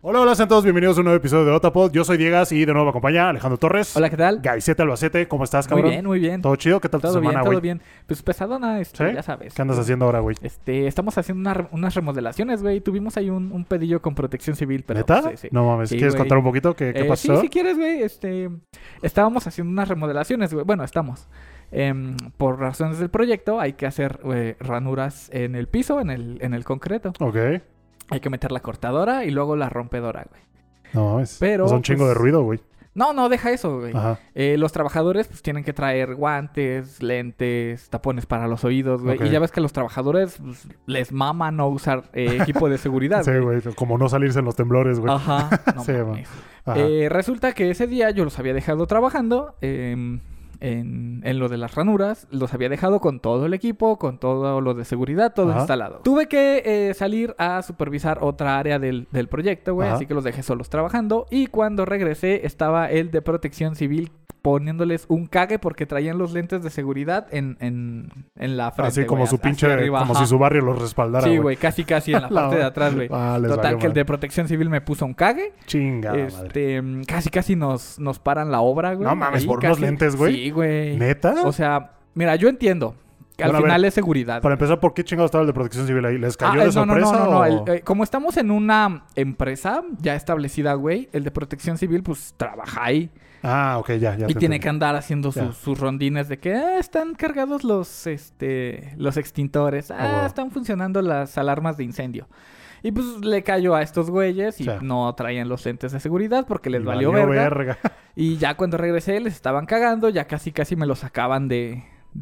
Hola, hola, sean todos bienvenidos a un nuevo episodio de Otapod. Yo soy Diegas y de nuevo me acompaña Alejandro Torres. Hola, ¿qué tal? Gaisete Albacete, ¿cómo estás, cabrón? Muy bien, muy bien. ¿Todo chido? ¿Qué tal tu semana, güey? Todo bien. Pues pesadona, ¿Sí? ya sabes. ¿Qué andas haciendo ahora, güey? Estamos haciendo unas remodelaciones, güey. Tuvimos ahí un pedillo con Protección Civil, pero... ¿Neta? Sí. No mames, Sí, ¿quieres güey. contar un poquito qué pasó? Sí, si quieres, güey. Estábamos haciendo unas remodelaciones, güey. Bueno, estamos. Por razones del proyecto hay que hacer ranuras en el piso, en el concreto. Ok. Hay que meter la cortadora y luego la rompedora, güey. No mames. Pero, O sea, un chingo pues, de ruido, güey. No, deja eso, güey. Ajá. Los trabajadores pues tienen que traer guantes, lentes, tapones para los oídos, güey. Ok. Y ya ves que a los trabajadores pues, les mama no usar equipo de seguridad, Sí, güey. Como no salirse en los temblores, güey. Ajá. No Sí, mames. Ajá. Resulta que ese día yo los había dejado trabajando en lo de las ranuras. Los había dejado con todo el equipo, con todo lo de seguridad, todo Ajá. instalado. Tuve que salir a supervisar otra área del proyecto, güey. Ajá. Así que los dejé solos trabajando. Y cuando regresé estaba el de Protección Civil poniéndoles un cague porque traían los lentes de seguridad en la frente. Así como güey, su hacia pinche, arriba, como ajá. si su barrio los respaldara, Sí, güey, casi en la parte de atrás, güey. Les Total, valió que el madre. de Protección Civil me puso un cague. Chingada madre. Casi nos paran la obra, güey. No mames, Ahí ¿por unos lentes, güey? Sí, güey. ¿Neta? O sea, mira, yo entiendo que Bueno, a al ver, final es seguridad. Para empezar, ¿por qué chingados estaba el de Protección Civil ahí? ¿Les cayó de no. sorpresa o...? Como estamos en una empresa ya establecida, güey, el de Protección Civil, pues, trabaja ahí. Ah, ok, ya. Y tiene que andar haciendo Ya. sus rondines de que están cargados los extintores. bueno. Están funcionando las alarmas de incendio. Y pues le cayó a estos güeyes y Sí. no traían los lentes de seguridad porque les Y valió verga. Y ya cuando regresé les estaban cagando, ya casi me los sacaban de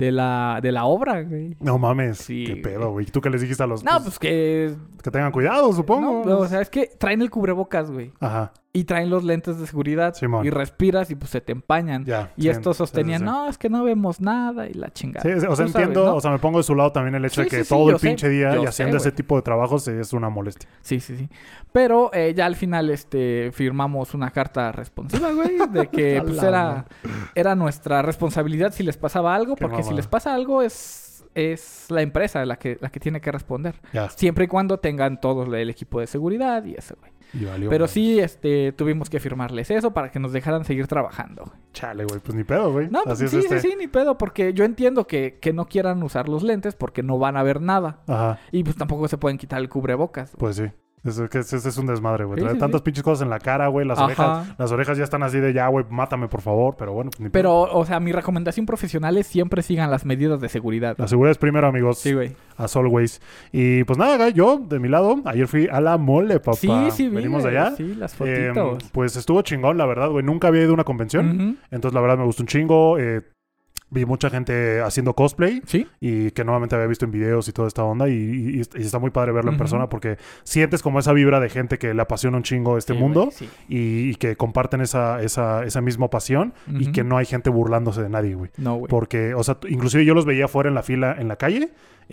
la obra, güey. No mames, Sí, qué pedo, güey. ¿Tú qué les dijiste a los...? No, pues que... Que tengan cuidado, supongo. No, o sea, es que traen el cubrebocas, güey. Ajá, Y traen los lentes de seguridad. Simón. Y respiras y pues se te empañan. ya. Y sí, estos sostenían, sí, sí. no, es que no vemos nada y la chingada. Sí, o sea, Tú sabes, entiendo, ¿no? o sea, me pongo de su lado también el hecho Sí, de que sí, todo yo el sé, pinche día yo y sé, haciendo ese güey. tipo de trabajos es una molestia. Sí. Pero ya al final firmamos una carta responsiva, güey, de que A pues la era nuestra responsabilidad si les pasaba algo, Qué porque si mamada. les pasa algo es la empresa la que tiene que responder. Ya. Siempre y cuando tengan todo el equipo de seguridad y eso, güey. Y valió Pero madre. sí, tuvimos que firmarles eso para que nos dejaran seguir trabajando, güey. Chale, güey, pues ni pedo, güey. No, Así pues, sí, ni pedo, porque yo entiendo que no quieran usar los lentes porque no van a ver nada. Ajá, Y pues tampoco se pueden quitar el cubrebocas. pues sí. Ese es un desmadre, güey. Sí, Traer sí, tantas sí. pinches cosas en la cara, güey. Las Ajá. orejas ya están así de ya, güey, mátame, por favor. Pero bueno, pues ni pedo. Pero, o sea, mi recomendación profesional es siempre sigan las medidas de seguridad. La seguridad es primero, amigos. Sí, güey. As always. Y pues nada, güey, yo, de mi lado, ayer fui a la mole, papá. Sí, vi, Venimos de güey. allá. Sí, las fotitos. Pues estuvo chingón, la verdad, güey. Nunca había ido a una convención. Ujú. Entonces, la verdad, me gustó un chingo. Vi mucha gente haciendo cosplay Sí. y que nuevamente había visto en videos y toda esta onda. Y está muy padre verlo en Ujú. persona porque sientes como esa vibra de gente que le apasiona un chingo este Sí, mundo güey, sí. y que comparten esa misma pasión y Ujú. que no hay gente burlándose de nadie, güey. No, güey. Porque, o sea, inclusive yo los veía fuera en la fila, en la calle.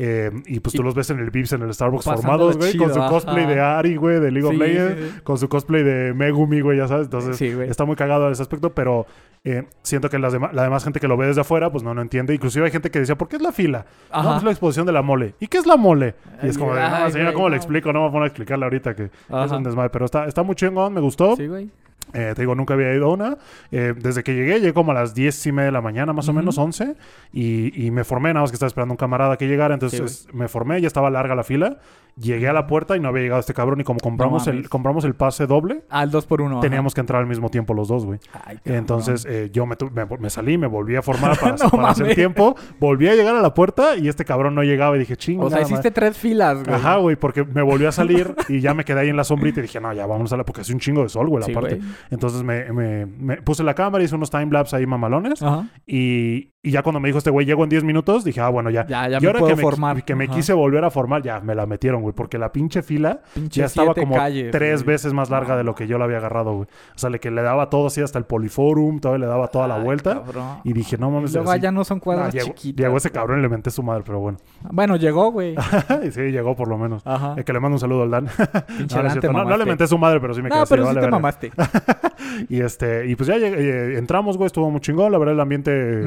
Y pues tú Y- los ves en el Vips, en el Starbucks Pasándola formados, güey. Con chido, su cosplay ajá. de Ari, güey, de League of Sí, Legends. sí. Con su cosplay de Megumi, güey, ya sabes. Entonces, Sí, güey. está muy cagado en ese aspecto, pero siento que la demás gente que lo ve desde afuera, pues no entiende. Inclusive hay gente que decía, ¿por qué es la fila? Ajá. No, es la exposición de la mole. ¿Y qué es la mole? Y es como de, no, Ay, señora, güey, ¿cómo le no. explico? No me voy a poner a explicarle ahorita que es Ajá. un desmadre. Pero está muy chingón, me gustó. Sí, güey. Te digo, nunca había ido a una. Desde que llegué como a las 10:30 de la mañana, más o Ujú. menos, 11. Y me formé, nada más que estaba esperando un camarada que llegara. Entonces me formé, ya estaba larga la fila. Llegué a la puerta y no había llegado este cabrón. Y como compramos mames. compramos el pase doble, Al 2x1. teníamos que entrar al mismo tiempo los dos, güey. Ay, cabrón. Entonces yo me salí, me volví a formar para, No para hacer mames. tiempo. Volví a llegar a la puerta y este cabrón no llegaba. Y dije, chinga. O sea, hiciste 3 filas, güey. Ajá, güey, porque me volvió a salir y ya me quedé ahí en la sombrita y dije, no, ya vamos a la... Porque hace un chingo de sol, güey, Sí, aparte. güey. Entonces me puse la cámara, hice unos timelapse ahí mamalones. Ajá. Y ya cuando me dijo este güey, llego en 10 minutos, dije, bueno, ya. Ya Y me ahora puedo que formar. que me Ajá. quise volver a formar, ya me la metieron, güey. Porque la pinche fila Pinche ya estaba 7 como calles, 3 güey. veces más larga de lo que yo la había agarrado, güey. O sea, que le daba todo así hasta el Poliforum, todavía le daba toda la Ay, vuelta. cabrón. Y dije, no mames. Luego así- allá no son cuadras No, llegó, chiquitas. llegó ese cabrón y le menté su madre, pero bueno. Bueno, llegó, güey. Y sí, llegó por lo menos. Ajá. Que le mando un saludo al Dan. Pinche No, no es Dan, te cierto. No le mamaste. menté su madre, pero sí me quedé No, así, pero sí vale, te verga. mamaste. Y pues ya entramos, güey, estuvo muy chingón. La verdad, el ambiente Ujú.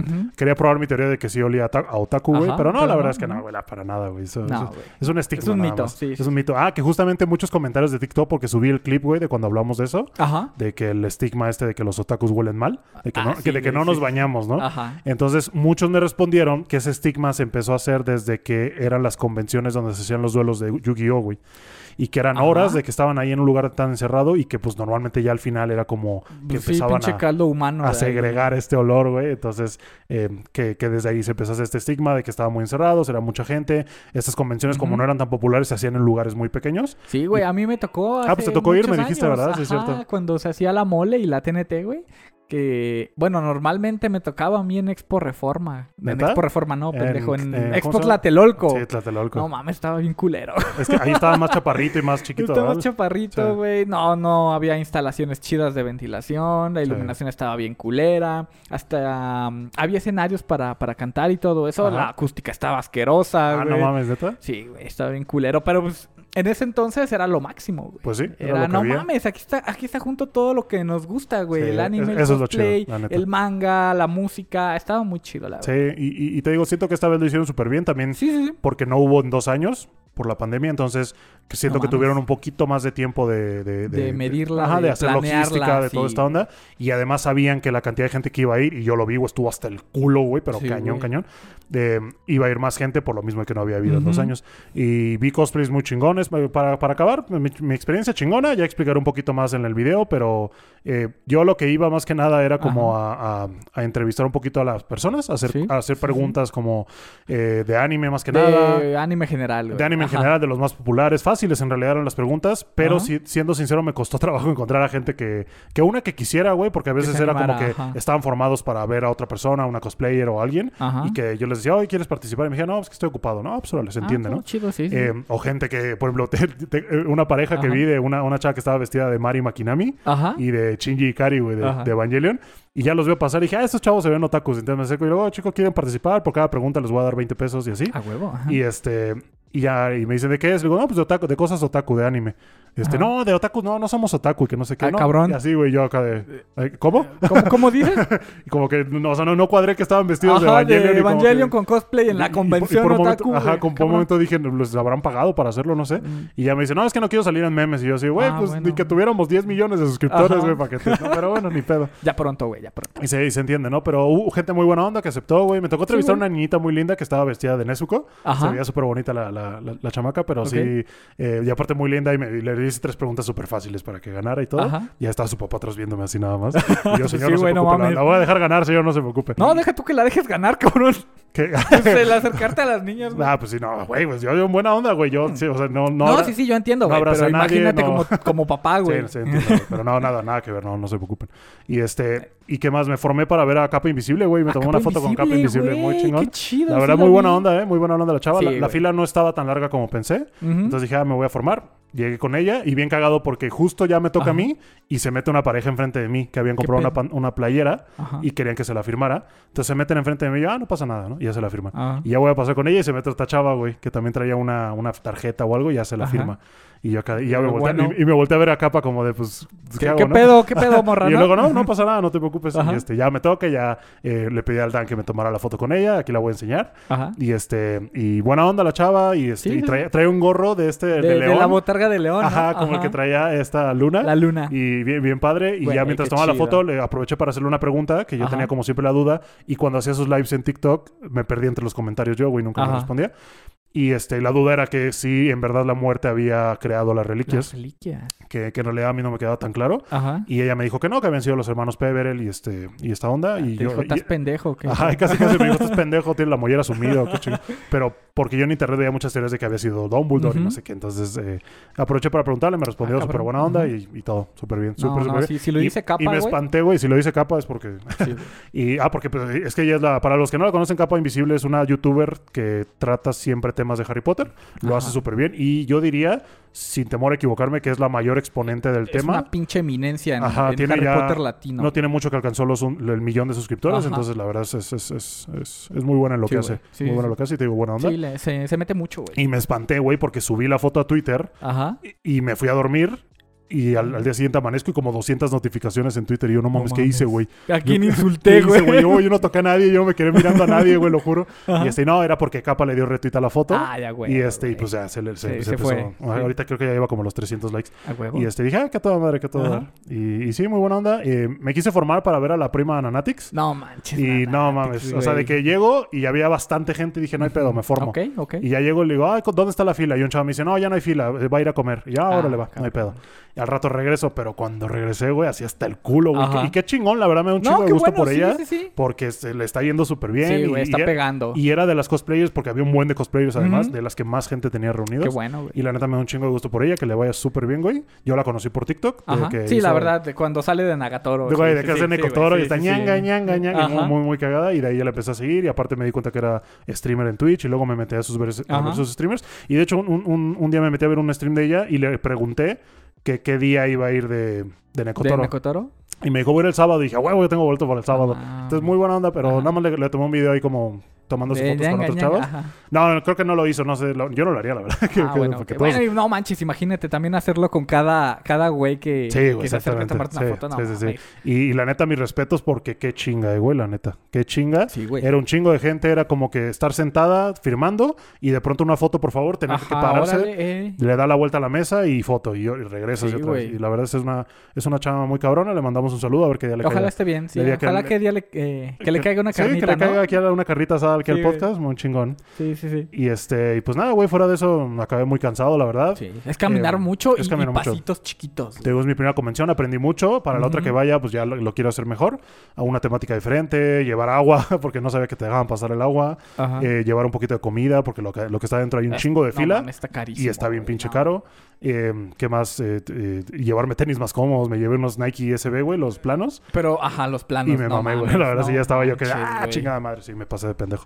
quería probar mi teoría de que sí olía a otaku, güey. Ajá, Pero no, pero la verdad no, es que no. no, güey, para nada, güey. Eso, No, eso- güey. es un estigma Es un nada mito, más. sí, Es sí. un mito. Que justamente muchos comentarios de TikTok, porque subí el clip, güey, de cuando hablamos de eso. Ajá. De que el estigma de que los otakus huelen mal. De que no, Sí, de que güey, no nos sí. bañamos, ¿no? Ajá. Entonces, muchos me respondieron que ese estigma se empezó a hacer desde que eran las convenciones donde se hacían los duelos de Yu-Gi-Oh, güey. Y que eran Ajá. horas de que estaban ahí en un lugar tan encerrado y que pues normalmente ya al final era como que Sí, empezaban pinche caldo humano. a de ahí. segregar este olor, güey. Entonces, que desde ahí se empezó a hacer este estigma de que estaban muy encerrados, era mucha gente. Estas convenciones, como Ujú. no eran tan populares, se hacían en lugares muy pequeños. Sí, güey, a mí me tocó. Ah, pues hace te tocó ir, me muchos dijiste, años. ¿verdad? Sí, es Ajá, cierto. cuando se hacía la mole y la TNT, güey. Que, bueno, normalmente me tocaba a mí en Expo Reforma. En ¿Neta? Expo Reforma, no, pendejo. En ¿cómo se Expo llama? Tlatelolco. Sí, Tlatelolco. No mames, estaba bien culero. Es que ahí estaba más chaparrito y más chiquito, Estaba ¿verdad? chaparrito, Sí. güey. No había instalaciones chidas de ventilación. La Sí. iluminación estaba bien culera. Hasta había escenarios para cantar y todo eso. Ajá. La acústica estaba asquerosa, Ah, güey. no mames, ¿neta? Sí, güey, estaba bien culero. Pero pues en ese entonces era lo máximo, güey. Pues sí, era Era, lo que no había. mames, aquí está junto todo lo que nos gusta, güey. Sí, El anime, el eso es lo chido, cosplay, la neta. el manga, la música. Estaba muy chido, la Sí, verdad. y te digo, siento que esta vez lo hicieron súper bien también Sí. porque no hubo en 2 años por la pandemia, entonces que siento No que mames. tuvieron un poquito más de tiempo De medirla, ajá, de de hacer planearla, logística, de sí. toda esta onda, y además sabían que la cantidad de gente que iba a ir, y yo lo vi, güey, estuvo hasta el culo, güey, pero Sí, cañón, güey. cañón, iba a ir más gente por lo mismo que no había habido en 2 Ujú. años, y vi cosplays muy chingones. Para acabar, mi experiencia chingona, ya explicaré un poquito más en el video, pero yo lo que iba más que nada era como a entrevistar un poquito a las personas, a hacer Sí, sí. preguntas como de anime más que nada. De anime general, güey. De anime en Ajá. general, de los más populares, fáciles en realidad eran las preguntas, pero Ajá. siendo sincero me costó trabajo encontrar a gente que una que quisiera, güey, porque a veces se era animara, como que ajá. estaban formados para ver a otra persona, una cosplayer o alguien, Ajá. y que yo les decía, oye, ¿quieres participar? Y me dijeron, no, es que estoy ocupado. No, pues órale, se entiende, todo ¿no? chido, sí. O gente que, por ejemplo, una pareja que Ajá. vi de una chava que estaba vestida de Mari Makinami Ajá. y de Shinji Ikari, güey, Ajá. de Evangelion. Y ya los veo pasar y dije, estos chavos se ven otakus. Entonces me acerco y digo, chicos, ¿quieren participar? Por cada pregunta les voy a dar 20 pesos y así. A huevo, ajá. Y me dicen, ¿de qué es? Le digo, no, pues de otaku, de cosas otaku, de anime. Ajá. No, de otaku, no somos otaku y que no sé qué. Ah, no. cabrón. Y así, güey, yo acá de, ¿cómo? ¿Cómo dices? Y como que, o sea, no cuadré que estaban vestidos de Ajá, Evangelion. de y como Evangelion que- con cosplay en la convención por un momento, otaku, ajá, güey, por un cabrón. momento dije, ¿les habrán pagado para hacerlo? No sé. Mm. Y ya me dice, no, es que no quiero salir en memes. Y yo así, güey, Ah, pues bueno. ni que tuviéramos 10 millones de suscriptores, Ajá. güey, para que te... No, pero bueno, ni pedo. Ya pronto, güey, ya pronto. Y se entiende, ¿no? Pero hubo gente muy buena onda que aceptó, güey. Me tocó entrevistar a güey. una niñita muy linda que estaba vestida de Nezuko. Ajá. Se veía súper bonita la chamaca, pero Ok. sí... y aparte muy linda y le hice 3 preguntas súper fáciles para que ganara y todo. Ajá. Y ya estaba su papá atrás viéndome así nada más. Y yo, señor, Sí, no se güey, no preocupe. mames. La voy a dejar ganar, señor, no se preocupe. No, deja tú que la dejes ganar, cabrón. ¿Qué? El acercarte a las niñas, güey. Ah, pues sí, no, güey, pues yo en buena onda, güey. Yo, sí, o sea, no... No, habrá- sí, yo entiendo, no güey. abraza Pero a nadie, imagínate no. como papá, güey. Sí, entiendo, güey, pero nada que ver, no se preocupen. ¿Y qué más? Me formé para ver a Capa Invisible, güey. Me tomé una foto con Capa Invisible, muy chingón. Qué chido. La verdad, sí muy buena vi. onda, ¿eh? Muy buena onda la chava. Sí, La güey. fila no estaba tan larga como pensé. Ujú. Entonces dije, me voy a formar. Llegué con ella y bien cagado porque justo ya me toca a Ajá. mí y se mete una pareja enfrente de mí que habían ¿Qué comprado pedo? una playera Ajá. y querían que se la firmara. Entonces se meten enfrente de mí y yo, no pasa nada, ¿no? Y ya se la firman. Ajá. Y ya voy a pasar con ella y se mete esta chava, güey, que también traía una tarjeta o algo y ya se la Ajá. firma. Y yo acá, y ya me Pero volteé, bueno. y me volteé a ver a Capa como de, pues, ¿qué hago, ¿Qué no? pedo? ¿Qué pedo, morra? Y yo luego, no pasa nada, no te preocupes. Ajá. Y ya me toca, ya le pedí al Dan que me tomara la foto con ella, aquí la voy a enseñar. Ajá. Y buena onda la chava, y Sí, y sí, trae un gorro de De león. la botarga de león, ¿no? Ajá, como el que traía esta luna. La luna. Y bien padre. Y Güey, ya mientras qué tomaba la chido. foto, le aproveché para hacerle una pregunta que yo Ajá. tenía como siempre la duda. Y cuando hacía sus lives en TikTok, me perdí entre los comentarios yo, güey, nunca me Ajá. respondía. Y la duda era que si en verdad la muerte había creado las Las reliquias, reliquias. que en realidad a mí no me quedaba tan claro. Ajá. Y ella me dijo que no, que habían sido los hermanos Peverell y esta onda. Y Te yo. dijo, ¿estás pendejo o qué? Ajá, y casi me dijo, estás pendejo, tiene la mollera sumida o qué chingo. Pero porque yo en internet veía muchas teorías de que había sido Dumbledore y Ujú. no sé qué. Entonces aproveché para preguntarle, me respondió cabrón. súper buena onda Ujú. y todo, súper bien. No, Súper no, bien. si lo dice Capa, Y me güey. espanté, güey. Si lo dice Capa es porque... Sí, güey. porque pues, es que ella es para los que no la conocen, Capa Invisible es una youtuber que trata siempre temas de Harry Potter. Lo hace Ajá. súper bien. Y yo diría, sin temor a equivocarme, que es la mayor exponente del Es tema. una pinche eminencia en, Ajá, en tiene Harry ya- Potter latino. No tiene mucho que alcanzó el millón de suscriptores, Ajá. entonces la verdad es muy buena en lo Sí, que güey. hace. Sí, muy buena sí. en lo que hace y te digo buena onda. Sí, se mete mucho, güey. Y me espanté, güey, porque subí la foto a Twitter Ajá. y me fui a dormir Y al día siguiente amanezco y como 200 notificaciones en Twitter. Y yo, no mames, ¿qué hice, güey? ¿A quién ¿Qué insulté, hice, güey? Yo no toqué a nadie, yo me quedé mirando a nadie, güey, lo juro. Ajá. Y no, era porque Capa le dio retweet a la foto. Ah, ya, güey. Y pues ya se empezó. fue. Ahorita creo que ya lleva como los 300 likes. A huevo. Y dije, qué toda madre, qué toda madre. Y sí, muy buena onda. Me quise formar para ver a la prima Nanatix. No manches. Y no Nanatix, mames, güey. o sea, de que llego y había bastante gente, dije, no hay pedo, me formo. Ok. Y ya llego y le digo, ¿dónde está la fila? Y un chavo me dice, no, ya no hay fila, va a ir a comer. Y ya, órale, va, no hay pedo. Y al rato regreso, pero cuando regresé, güey, así hasta el culo, güey. Y qué chingón, la verdad me da un chingo de gusto por ella. Sí. Porque se le está yendo súper bien. Sí, güey, está y pegando. Y era de las cosplayers, porque había un buen de cosplayers además, de las que más gente tenía reunidos. Qué bueno, güey. Y la neta me da un chingo de gusto por ella, que le vaya súper bien, güey. Yo la conocí por TikTok. Ajá. Sí, la verdad, cuando sale de Nagatoro. De que hace Necotoro y está ñanga, Ajá. muy, muy cagada. Y de ahí ya la empecé a seguir. Y aparte me di cuenta que era streamer en Twitch. Y luego me metí a ver sus streamers. Y de hecho, un día me metí a ver un stream de ella y le pregunté que qué día iba a ir de Necotoro. ¿De Necotoro? Y me dijo, voy a ir el sábado. Y dije, huevo, yo tengo vuelto para el sábado. Entonces, muy buena onda, pero nada más le tomé un video ahí como tomándose fotos con otros chavos. No, creo que no lo hizo. No sé, yo no lo haría, la verdad. Bueno, y no manches, imagínate también hacerlo con cada güey que se acerca a tomarte una foto. No, sí. Y la neta, mis respetos porque qué chinga, güey, la neta. Qué chinga. Sí, güey. Era un chingo de gente, era como que estar sentada firmando y de pronto una foto, por favor, tener que pararse. Órale, le da la vuelta a la mesa y foto. Y regresas sí, y otra vez. güey. Y la verdad es una chava muy cabrona. Le mandamos un saludo a ver qué día le caiga. Ojalá esté bien, sí. Ojalá que día que le caiga una carnita, sí, que le caiga aquí una carnita asada aquí al podcast. Muy chingón. Sí. Y pues nada, güey, fuera de eso acabé muy cansado, la verdad. Sí. Es caminar mucho y caminar mucho. pasitos chiquitos. Te digo, es mi primera convención, aprendí mucho. Para la otra que vaya, pues ya lo quiero hacer mejor. A una temática diferente, llevar agua, porque no sabía que te dejaban pasar el agua. Llevar un poquito de comida, porque lo que está dentro hay un chingo de fila. Está carísimo. Y está bien pinche caro. ¿Qué más? Llevarme tenis más cómodos. Me llevé unos Nike SB, güey, los planos. Pero, los planos. Y me mamé, güey. La verdad sí ya estaba yo que... chingada madre. Sí, me pasé de pendejo.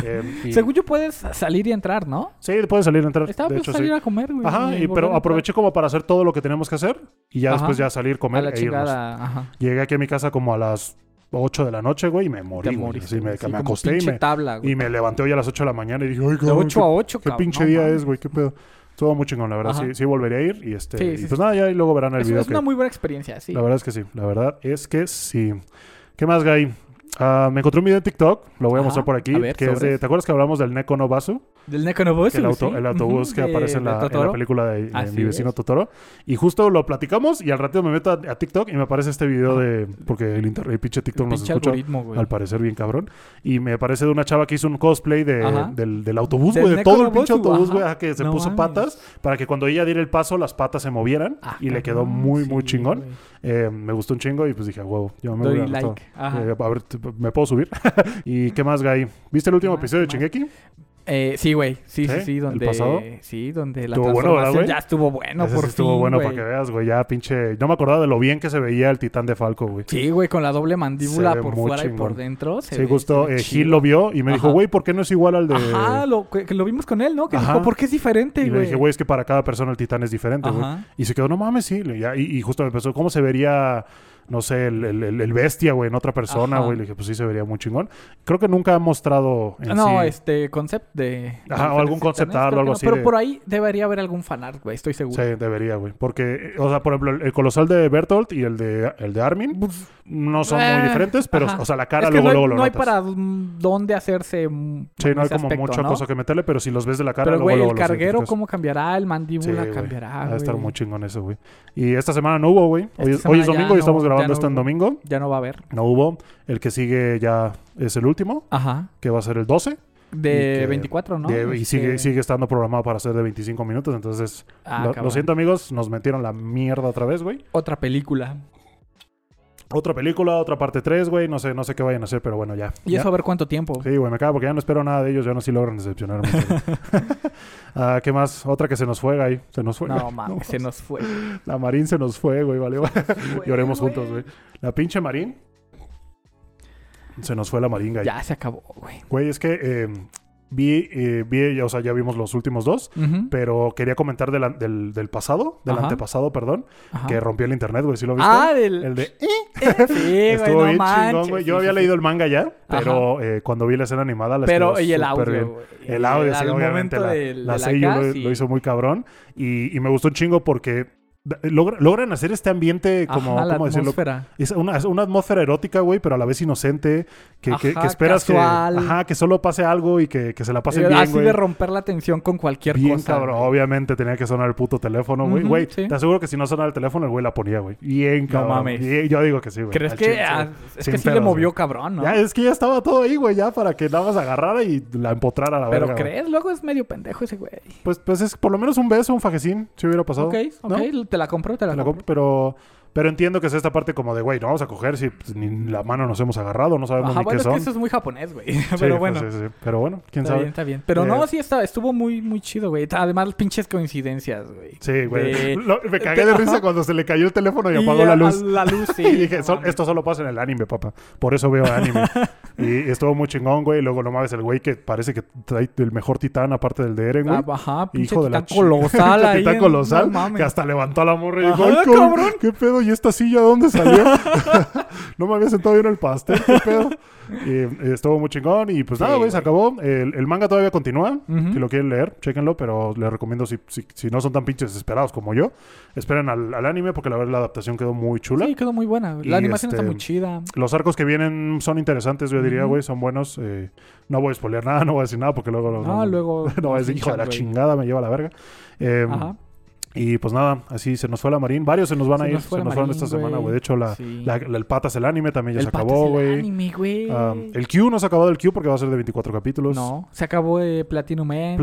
Según yo puedes salir y entrar, ¿no? Sí, puedes salir y entrar. Estaba salir a comer, güey. Ajá, pero aproveché como para hacer todo lo que teníamos que hacer. Y ya después ya salir, comer e chingada, irnos. Llegué aquí a mi casa como a las 8 de la noche, güey, y me morí, güey. Así me acosté y me levanté hoy a las 8 de la mañana y dije, ay, de 8 a 8, ¿qué pinche día es, güey? ¿Qué pedo? Estuvo muy chingón, la verdad. Sí volvería a ir. Y y pues nada, ya y luego verán el video. Es una muy buena experiencia, sí. La verdad es que sí. La verdad es que sí. ¿Qué más, Guy? Me encontré un video en TikTok, lo voy a mostrar por aquí, ver, que es de... ¿Te acuerdas que hablamos del Neko no Basu? Del Neko no Basu, el autobús que aparece en la película de Mi Vecino Totoro. Y justo lo platicamos y al ratito me meto a TikTok y me aparece este video de... Porque el pinche TikTok nos escucha, al parecer bien cabrón. Y me aparece de una chava que hizo un cosplay del autobús, güey, de todo el pinche autobús, güey, que se puso patas para que cuando ella diera el paso las patas se movieran. Y le quedó muy, muy chingón. Me gustó un chingo y pues dije, huevo, yo me voy a ver, ¿me puedo subir? ¿Y qué más, Guy? ¿Viste el último episodio de Shingeki? Sí, güey. Sí. Donde, ¿el pasado? Sí, donde la estuvo transformación bueno, ya estuvo bueno, por fin, estuvo bueno para que veas, güey. Ya pinche... No me acordaba de lo bien que se veía el titán de Falco, güey. Sí, güey, con la doble mandíbula por fuera y por dentro. Sí, justo Gil lo vio y me dijo, güey, ¿por qué no es igual al de...? Ajá, que lo vimos con él, ¿no? Que dijo, ¿por qué es diferente, güey? Y le dije, güey, es que para cada persona el titán es diferente, güey. Y se quedó, no mames, sí. Y justo me empezó, ¿cómo se vería... No sé, el bestia, güey, en otra persona, güey. Le dije, pues sí, se vería muy chingón. Creo que nunca ha mostrado en concept de... Ajá, o algún concept art o algo así. Pero por ahí debería haber algún fanart, güey, estoy seguro. Sí, debería, güey. Porque, o sea, por ejemplo, el colosal de Bertolt y el de Armin no son muy diferentes, pero, o sea, la cara es que luego lo no hay notas. para dónde hacerse. Sí, no hay como mucha cosa que meterle, pero si los ves de la cara, pero, luego güey, lo el carguero, ¿cómo cambiará? El mandíbula cambiará, va a estar muy chingón eso, güey. Y esta semana no hubo, güey. Hoy es domingo y estamos grabando esto en domingo. Ya no va a haber. No hubo. El que sigue ya es el último. Ajá. Que va a ser el 12. De 24, ¿no? Y sigue estando programado para ser de 25 minutos. Entonces, lo siento, amigos. Nos metieron la mierda otra vez, güey. Otra película, otra parte 3, güey. No sé qué vayan a hacer, pero bueno, ya. ¿Y eso a ver cuánto tiempo? Sí, güey, me cago porque ya no espero nada de ellos. Ya no sí logran decepcionarme. ¿Qué más? Otra que se nos fue, güey. Se nos fue. No, mames, se nos fue. La Marín se nos fue, güey, vale. Lloremos juntos, güey. La pinche Marín. Se nos fue la Marín, güey. Ya se acabó, güey. Güey, es que o sea, ya vimos los últimos dos, pero quería comentar del pasado, del antepasado, perdón, que rompió el internet, güey. ¿Sí lo viste? El de... Sí, estuvo güey, bien chingón, güey. Yo había leído el manga ya, pero cuando vi la escena animada y el audio, güey. El audio, sí, obviamente. La seiyuu lo hizo muy cabrón. Y me gustó un chingo porque logran hacer este ambiente como... Ajá, la ¿cómo decirlo? atmósfera. Es una atmósfera erótica, güey, pero a la vez inocente. Que esperas casual. que solo pase algo y que se la pasen bien, Así güey. de romper la tensión con cualquier Bien, cosa. cabrón. Güey. Obviamente tenía que sonar el puto teléfono, güey. Güey, Sí. te aseguro que si no sonaba el teléfono, el güey la ponía, güey. Bien, cabrón. No mames. Yo digo que sí, güey. ¿Crees Al que...? chile, Es sin que sí le pedos, movió güey. cabrón, ¿no? Ya, es que ya estaba todo ahí, güey, ya para que nada más agarrara y la empotrara a la ¿Pero verga. güey. crees? Luego es medio pendejo ese güey. Pues es por lo menos un beso, un fajecín, si hubiera pasado. Ok, ¿no? te la compro, te la compro. Pero entiendo que es esta parte como de, güey, no vamos a coger si pues, ni la mano nos hemos agarrado, no sabemos ni bueno, qué son. es que eso es muy japonés, güey. Sí, Pero bueno. Sí. Pero bueno, quién Está sabe. bien, está bien. Pero no, sí estuvo muy, muy chido, güey. Además, pinches coincidencias, güey. Sí, güey. Me cagué de risa cuando se le cayó el teléfono y apagó la luz. La luz, sí. Y dije, esto solo pasa en el anime, papá. Por eso veo anime. Y estuvo muy chingón, güey. Luego no mames, el güey que parece que trae el mejor titán aparte del de Eren, güey. Ajá, pinche Hijo de titán la colosal ahí. Titán colosal. No mames. Que hasta levantó a la morra y Ajá, dijo, ¡ay, cabrón! ¿Qué pedo? ¿Y esta silla dónde salió? No me había sentado yo en el pastel, ¿qué pedo? Y estuvo muy chingón. Y pues nada, güey, se acabó. El manga todavía continúa. Si lo quieren leer, chéquenlo. Pero les recomiendo, si no son tan pinches desesperados como yo, esperen al anime porque la verdad la adaptación quedó muy chula. Sí, quedó muy buena. La animación está muy chida. Los arcos que vienen son interesantes, yo diría, güey. Son buenos. No voy a spoilear nada, no voy a decir nada porque luego... luego... No voy a decir, hijo de la chingada, me lleva a la verga. Ajá. Y pues nada, así se nos fue la Marín. Varios se nos van a ir. Se nos fueron esta semana, güey. De hecho, el Patas, el anime, también ya se acabó, güey. El anime, güey. El Q no se ha acabado el Q porque va a ser de 24 capítulos. No, se acabó Platinum Man.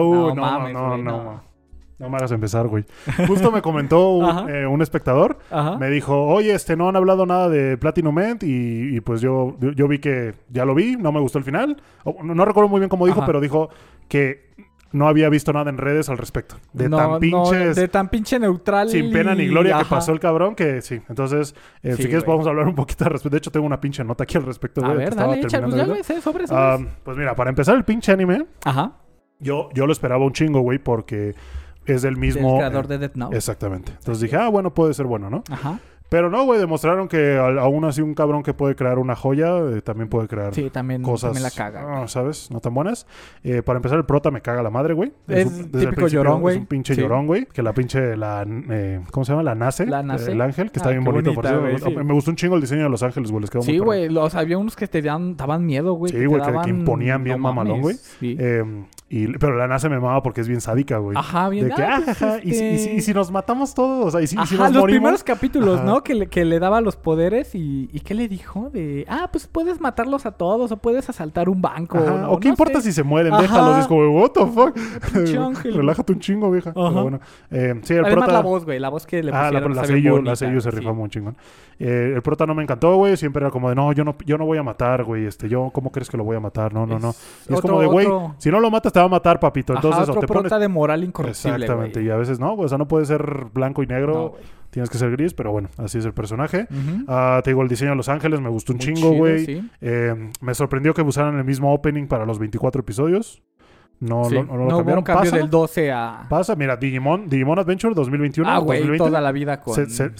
No me hagas empezar, güey. Justo me comentó un espectador. Ajá. Me dijo, oye, no han hablado nada de Platinum End. Y pues yo vi que ya lo vi. No me gustó el final. No recuerdo muy bien cómo dijo, pero dijo que... no había visto nada en redes al respecto. De tan pinche neutral. Sin pena ni gloria que pasó el cabrón, que sí. Entonces, si quieres podemos hablar un poquito al respecto. De hecho, tengo una pinche nota aquí al respecto. A ver, dale, echa. Pues ya, güey, sobre. Pues mira, para empezar el pinche anime. Ajá. Yo lo esperaba un chingo, güey, porque es del mismo... El creador de Death Note. Exactamente. Entonces dije, bueno, puede ser bueno, ¿no? Ajá. Pero no, güey, demostraron que aún así un cabrón que puede crear una joya también puede crear cosas... también la caga. ¿Sabes? No tan buenas. Para empezar, el prota me caga la madre, güey. Es típico llorón, güey. Es un pinche llorón, güey. Que la pinche... ¿cómo se llama? La Nace. La Nace. El ángel, que está bien bonito. Bonita, por eso. güey, Me gustó un chingo el diseño de los ángeles, güey. Les quedó muy güey. Había unos que daban miedo, güey. Sí, güey, que imponían bien mamalón, güey. Sí. Pero la Nace me amaba porque es bien sádica, güey. Ajá, bien. De que, ¿y si nos matamos todos? O sea, ¿y si nos los morimos? primeros capítulos, ¿no? Que le daba los poderes y ¿qué le dijo? Pues puedes matarlos a todos o puedes asaltar un banco. O qué importa si se mueren, déjalos. Es como, what the fuck. Ángel. Relájate un chingo, vieja. Pero bueno. Sí, el además prota... la voz, güey. La voz que le pusieron. La Seiyu se rifa muy chingón. El prota no me encantó, güey. Siempre era como de, no, yo no voy a matar, güey. ¿Cómo crees que lo voy a matar? No. Es como de, güey, si no lo matas te va a matar, papito. Entonces, otro prota de moral incorruptible, exactamente. Güey. Y a veces no, o sea, no puede ser blanco y negro. No, güey. Tienes que ser gris, pero bueno, así es el personaje. Te digo, el diseño de Los Ángeles me gustó un chingo, güey. Sí. Me sorprendió que usaran el mismo opening para los 24 episodios. No lo cambiaron. Hubo un cambio del 12 a... Pasa, mira, Digimon Adventure 2021. Güey, toda la vida con...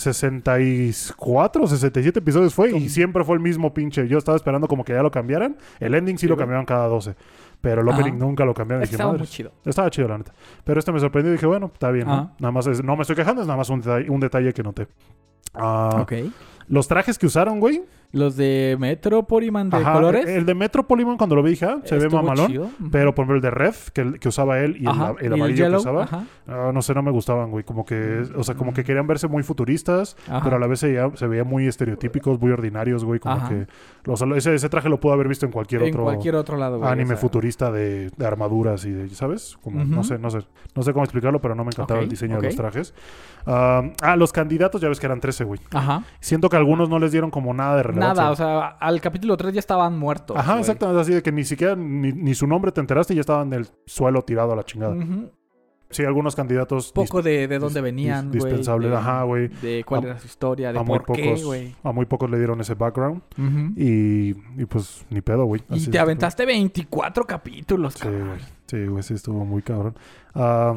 64, 67 episodios fue y siempre fue el mismo pinche. Yo estaba esperando como que ya lo cambiaran. El ending sí lo cambiaron cada 12. Pero el opening nunca lo cambiaron. Estaba muy chido. Estaba chido, la neta. Pero me sorprendió y dije, bueno, está bien, ¿no? Nada más no me estoy quejando, es nada más un detalle que noté. Ok. Los trajes que usaron, güey. Los de Metro Poliman de colores. El de Metro Poliman cuando lo vi dije, se ve mamalón. Chido. Pero por ejemplo el de Red que usaba él y el amarillo que usaba. No sé, no me gustaban, güey. Como que, como que querían verse muy futuristas, pero a la vez se veía muy estereotípicos, muy ordinarios, güey. Como que ese traje lo puedo haber visto en cualquier otro lado, güey. Anime futurista de armaduras y de, ¿sabes? Como, no sé cómo explicarlo, pero no me encantaba el diseño de los trajes. Los candidatos ya ves que eran 13, güey. Siento que a algunos no les dieron como nada de relevancia. Nada, o sea, al capítulo 3 ya estaban muertos. Exactamente, así de que ni siquiera ni su nombre te enteraste y ya estaban en el suelo tirado a la chingada. Sí, algunos candidatos... Poco de dónde venían, güey. Dispensables, güey. De cuál era su historia, de por qué, güey. A muy pocos le dieron ese background. Y pues ni pedo, güey. Y te aventaste 24 capítulos, cabrón. Sí, güey, sí estuvo muy cabrón.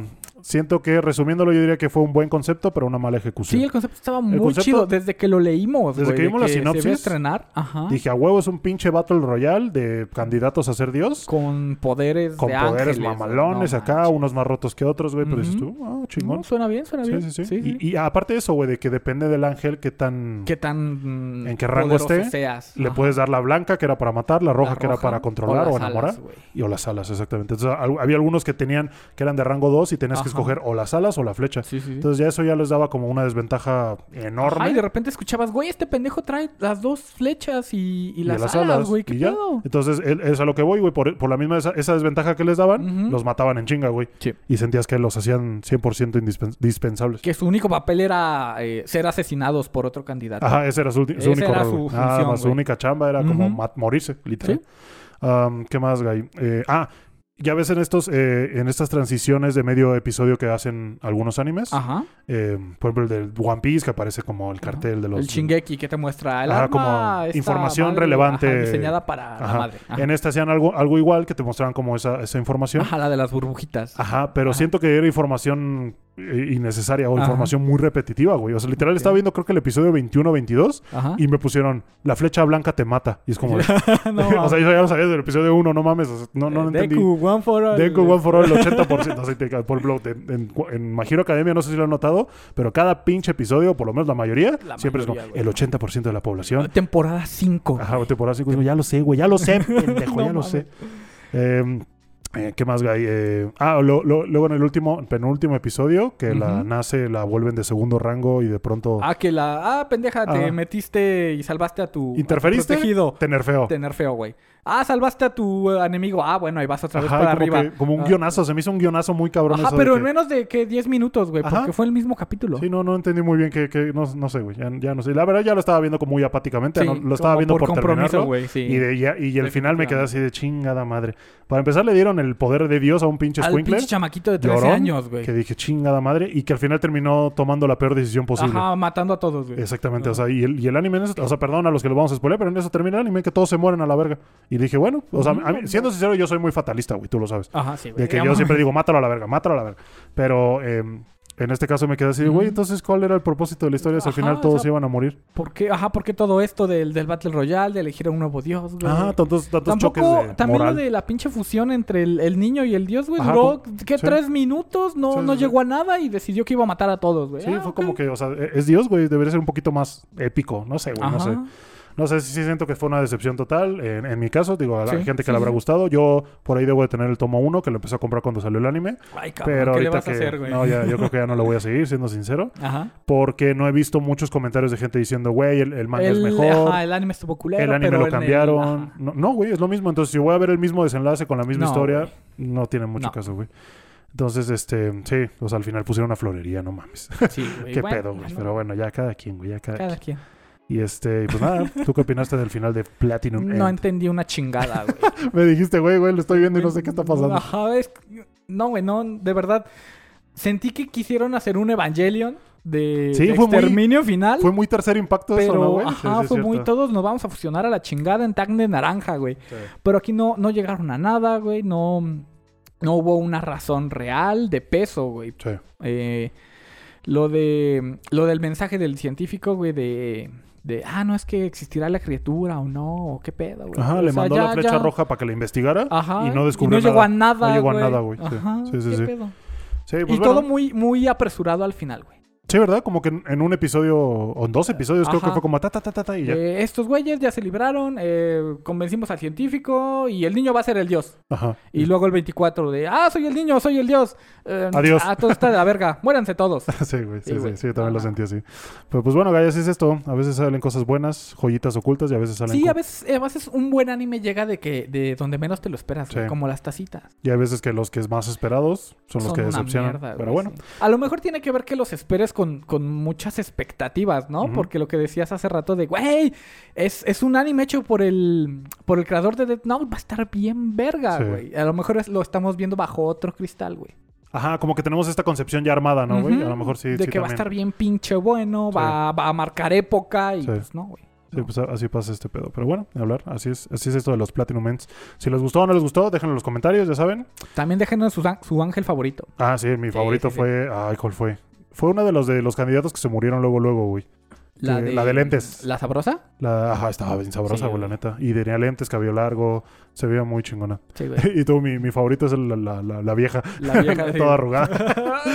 siento que, resumiéndolo, yo diría que fue un buen concepto, pero una mala ejecución. Sí, el concepto estaba muy chido desde que lo leímos, desde que vimos la sinopsis, se iba a estrenar. Ajá. Dije, a huevo, es un pinche Battle Royale de candidatos a ser Dios. Con poderes con de poderes ángeles, mamalones no acá, manches. unos más rotos que otros, güey. Pero dices tú, chingón. No, suena bien. Sí. Y aparte de eso, güey, de que depende del ángel qué tan en qué rango esté, seas. le Ajá. puedes dar la blanca, que era para matar, la roja, que era para o controlar las o enamorar, alas, güey. o las alas, exactamente. Entonces, había algunos que eran de rango 2 y tenías que Ajá. escoger o las alas o la flecha. Sí. Entonces, ya eso ya les daba como una desventaja enorme. Ajá, y de repente escuchabas, güey, este pendejo trae las 2 flechas y Y las alas, güey, ¿qué y ya. pedo? Entonces, es a lo que voy, güey. Por la misma esa desventaja que les daban, los mataban en chinga, güey. Sí. Y sentías que los hacían 100% dispensables. Que su único papel era ser asesinados por otro candidato. Ajá, ese era su Ese único era rol, su güey. Nada función, más, su güey. única chamba era como morirse, literal. ¿Qué más, Guy? Ya ves en estas transiciones de medio episodio que hacen algunos animes. Ajá. Por ejemplo, el del One Piece, que aparece como el cartel de los... El Shingeki que te muestra el Ajá, arma, como esta información madre, relevante. ajá, diseñada para la Ajá. madre. Ajá. En este hacían algo igual, que te mostraban como esa información. Ajá, la de las burbujitas. Ajá, pero Ajá. siento que era información innecesaria o Ajá. información muy repetitiva, güey. O sea, literal estaba viendo creo que el episodio 21 o 22 Ajá. y me pusieron la flecha blanca te mata. Y es como... No, o sea, yo ya lo sabía del episodio 1, no mames. O sea, no entendí. Deku, One for All. Deku, One for All, el 80%. Así por ejemplo, en My Hero Academia, no sé si lo han notado, pero cada pinche episodio, por lo menos la mayoría, siempre mayoría, es como el 80% de la población. Temporada 5. Ajá, temporada 5. Ya lo sé, güey, ya lo sé, pendejo, No ya lo mames. sé. ¿Qué más, Guy? Luego en el penúltimo episodio, que la nace, la vuelven de segundo rango y de pronto... Pendeja, te metiste y salvaste a tu ¿Interferiste? protegido. Tener feo. Tener feo, güey. Salvaste a tu enemigo. Bueno, ahí vas otra vez Ajá, para como arriba. como un guionazo. Se me hizo un guionazo muy cabrón. Ajá, eso pero de en menos de que 10 minutos, güey. Ajá. Porque fue el mismo capítulo. Sí, no entendí muy bien que no sé, güey. Ya no sé. La verdad ya lo estaba viendo como muy apáticamente. Sí, Lo estaba como viendo por por compromiso, terminarlo. güey, sí. Y el final me quedé así de chingada madre. Para empezar le dieron el poder de Dios a un pinche Al squinkler. pinche chamaquito de 13 llorón, años, güey. Que dije chingada madre. Y que al final terminó tomando la peor decisión posible. Ajá, matando a todos, güey. Exactamente. O sea, y el anime en eso... O sea, perdón a los que lo vamos a spoiler, pero en eso termina el anime que todos se mueren a la verga. Y dije, bueno... O sea, a mí, siendo sincero, yo soy muy fatalista, güey. Tú lo sabes. Ajá, sí, güey. De que yo siempre digo, mátalo a la verga, mátalo a la verga. Pero en este caso me quedé así, güey, entonces, ¿cuál era el propósito de la historia? Si al final todos iban a morir. ¿Por qué todo esto del Battle Royale, de elegir a un nuevo dios, güey? Ajá, tantos choques de también moral. lo de la pinche fusión entre el niño y el dios, güey, Ajá, duró, ¿qué? sí. 3 minutos, no Sí. llegó a nada y decidió que iba a matar a todos, güey. Sí, fue ok. como que, o sea, es Dios, güey, debería ser un poquito más épico. No sé, güey, no sé. Ajá. No sé, sí siento que fue una decepción total. En mi caso, digo, a la Sí, gente que sí, le habrá sí. gustado. Yo por ahí debo de tener el tomo 1, que lo empecé a comprar cuando salió el anime. Ay, cabrón, Pero ¿qué le ahorita vas a hacer, güey? No, yo creo que ya no lo voy a seguir, siendo sincero. Ajá. Porque no he visto muchos comentarios de gente diciendo, güey, el manga es mejor. Ajá, el anime estuvo culero, El anime pero lo cambiaron. ajá. No, güey, es lo mismo. Entonces, si voy a ver el mismo desenlace con la misma No, historia, güey. no tiene mucho No. caso, güey. Entonces, sí, o sea, al final pusieron una florería, no mames. Sí, güey. Qué bueno, pedo, güey. bueno, Pero bueno, ya cada quien, güey, ya cada cada quien. quien. Y pues nada, ¿tú qué opinaste del final de Platinum No End? entendí una chingada, güey. Me dijiste, güey, lo estoy viendo y no sé qué está pasando. Ajá, no, güey, no, de verdad. Sentí que quisieron hacer un Evangelion de Sí, fue muy- exterminio final. Fue muy tercer impacto eso, Pero, ¿no, güey? ajá, Sí, fue es muy... cierto. Todos nos vamos a fusionar a la chingada en tag de naranja, güey. Sí. Pero aquí no llegaron a nada, güey. No hubo una razón real de peso, güey. Sí. Lo del mensaje del científico, güey, no es que existirá la criatura o no, o qué pedo, güey. Ajá, O le sea, mandó la flecha roja para que la investigara Ajá, y no descubrió llegó a nada, No llegó güey. a nada, güey. Ajá, Sí, ¿qué sí. pedo? Sí, pues Y bueno. todo muy, muy apresurado al final, güey. Sí, ¿verdad? Como que en un episodio o en 2 episodios creo Ajá. que fue como ta y ya. Estos güeyes ya se libraron, convencimos al científico y el niño va a ser el dios. Ajá. Y luego el 24 de, soy el niño, soy el dios. Adiós. Todo está de la verga, muéranse todos. Sí, güey. Sí, Sí, güey. sí, también lo Ajá. sentí así. Pero pues bueno, Gaya, así es esto. A veces salen cosas buenas, joyitas ocultas y a veces salen... Sí, a veces un buen anime llega de donde menos te lo esperas, güey, Sí. como las tacitas. Y hay veces que los que es más esperados son los que una decepcionan. mierda, Pero güey, bueno. sí. A lo mejor tiene que ver que los esperes con muchas expectativas, ¿no? Ujú. Porque lo que decías hace rato de, güey, es un anime hecho por el creador de Death Note, va a estar bien verga, Sí. güey. A lo mejor lo estamos viendo bajo otro cristal, güey. Ajá, como que tenemos esta concepción ya armada, ¿no, güey? Ujú. A lo mejor sí. De sí que va a también. estar bien pinche bueno, Sí. va a marcar época y Sí. pues no, güey. Sí, pues así pasa este pedo. Pero bueno, ni hablar. Así es esto de los Platinum Ends. Si les gustó o no les gustó, déjenlo en los comentarios, ya saben. También déjenos su ángel favorito. Ah, sí, mi favorito fue... Ay, ¿cuál fue? Fue uno de los candidatos que se murieron luego, güey. La de lentes. ¿La sabrosa? Ajá, estaba bien sabrosa, güey, la neta. Y tenía lentes, cabello largo. Se veía muy chingona. Sí, güey. Y tú, mi favorito es la vieja. La vieja, sí. Toda arrugada.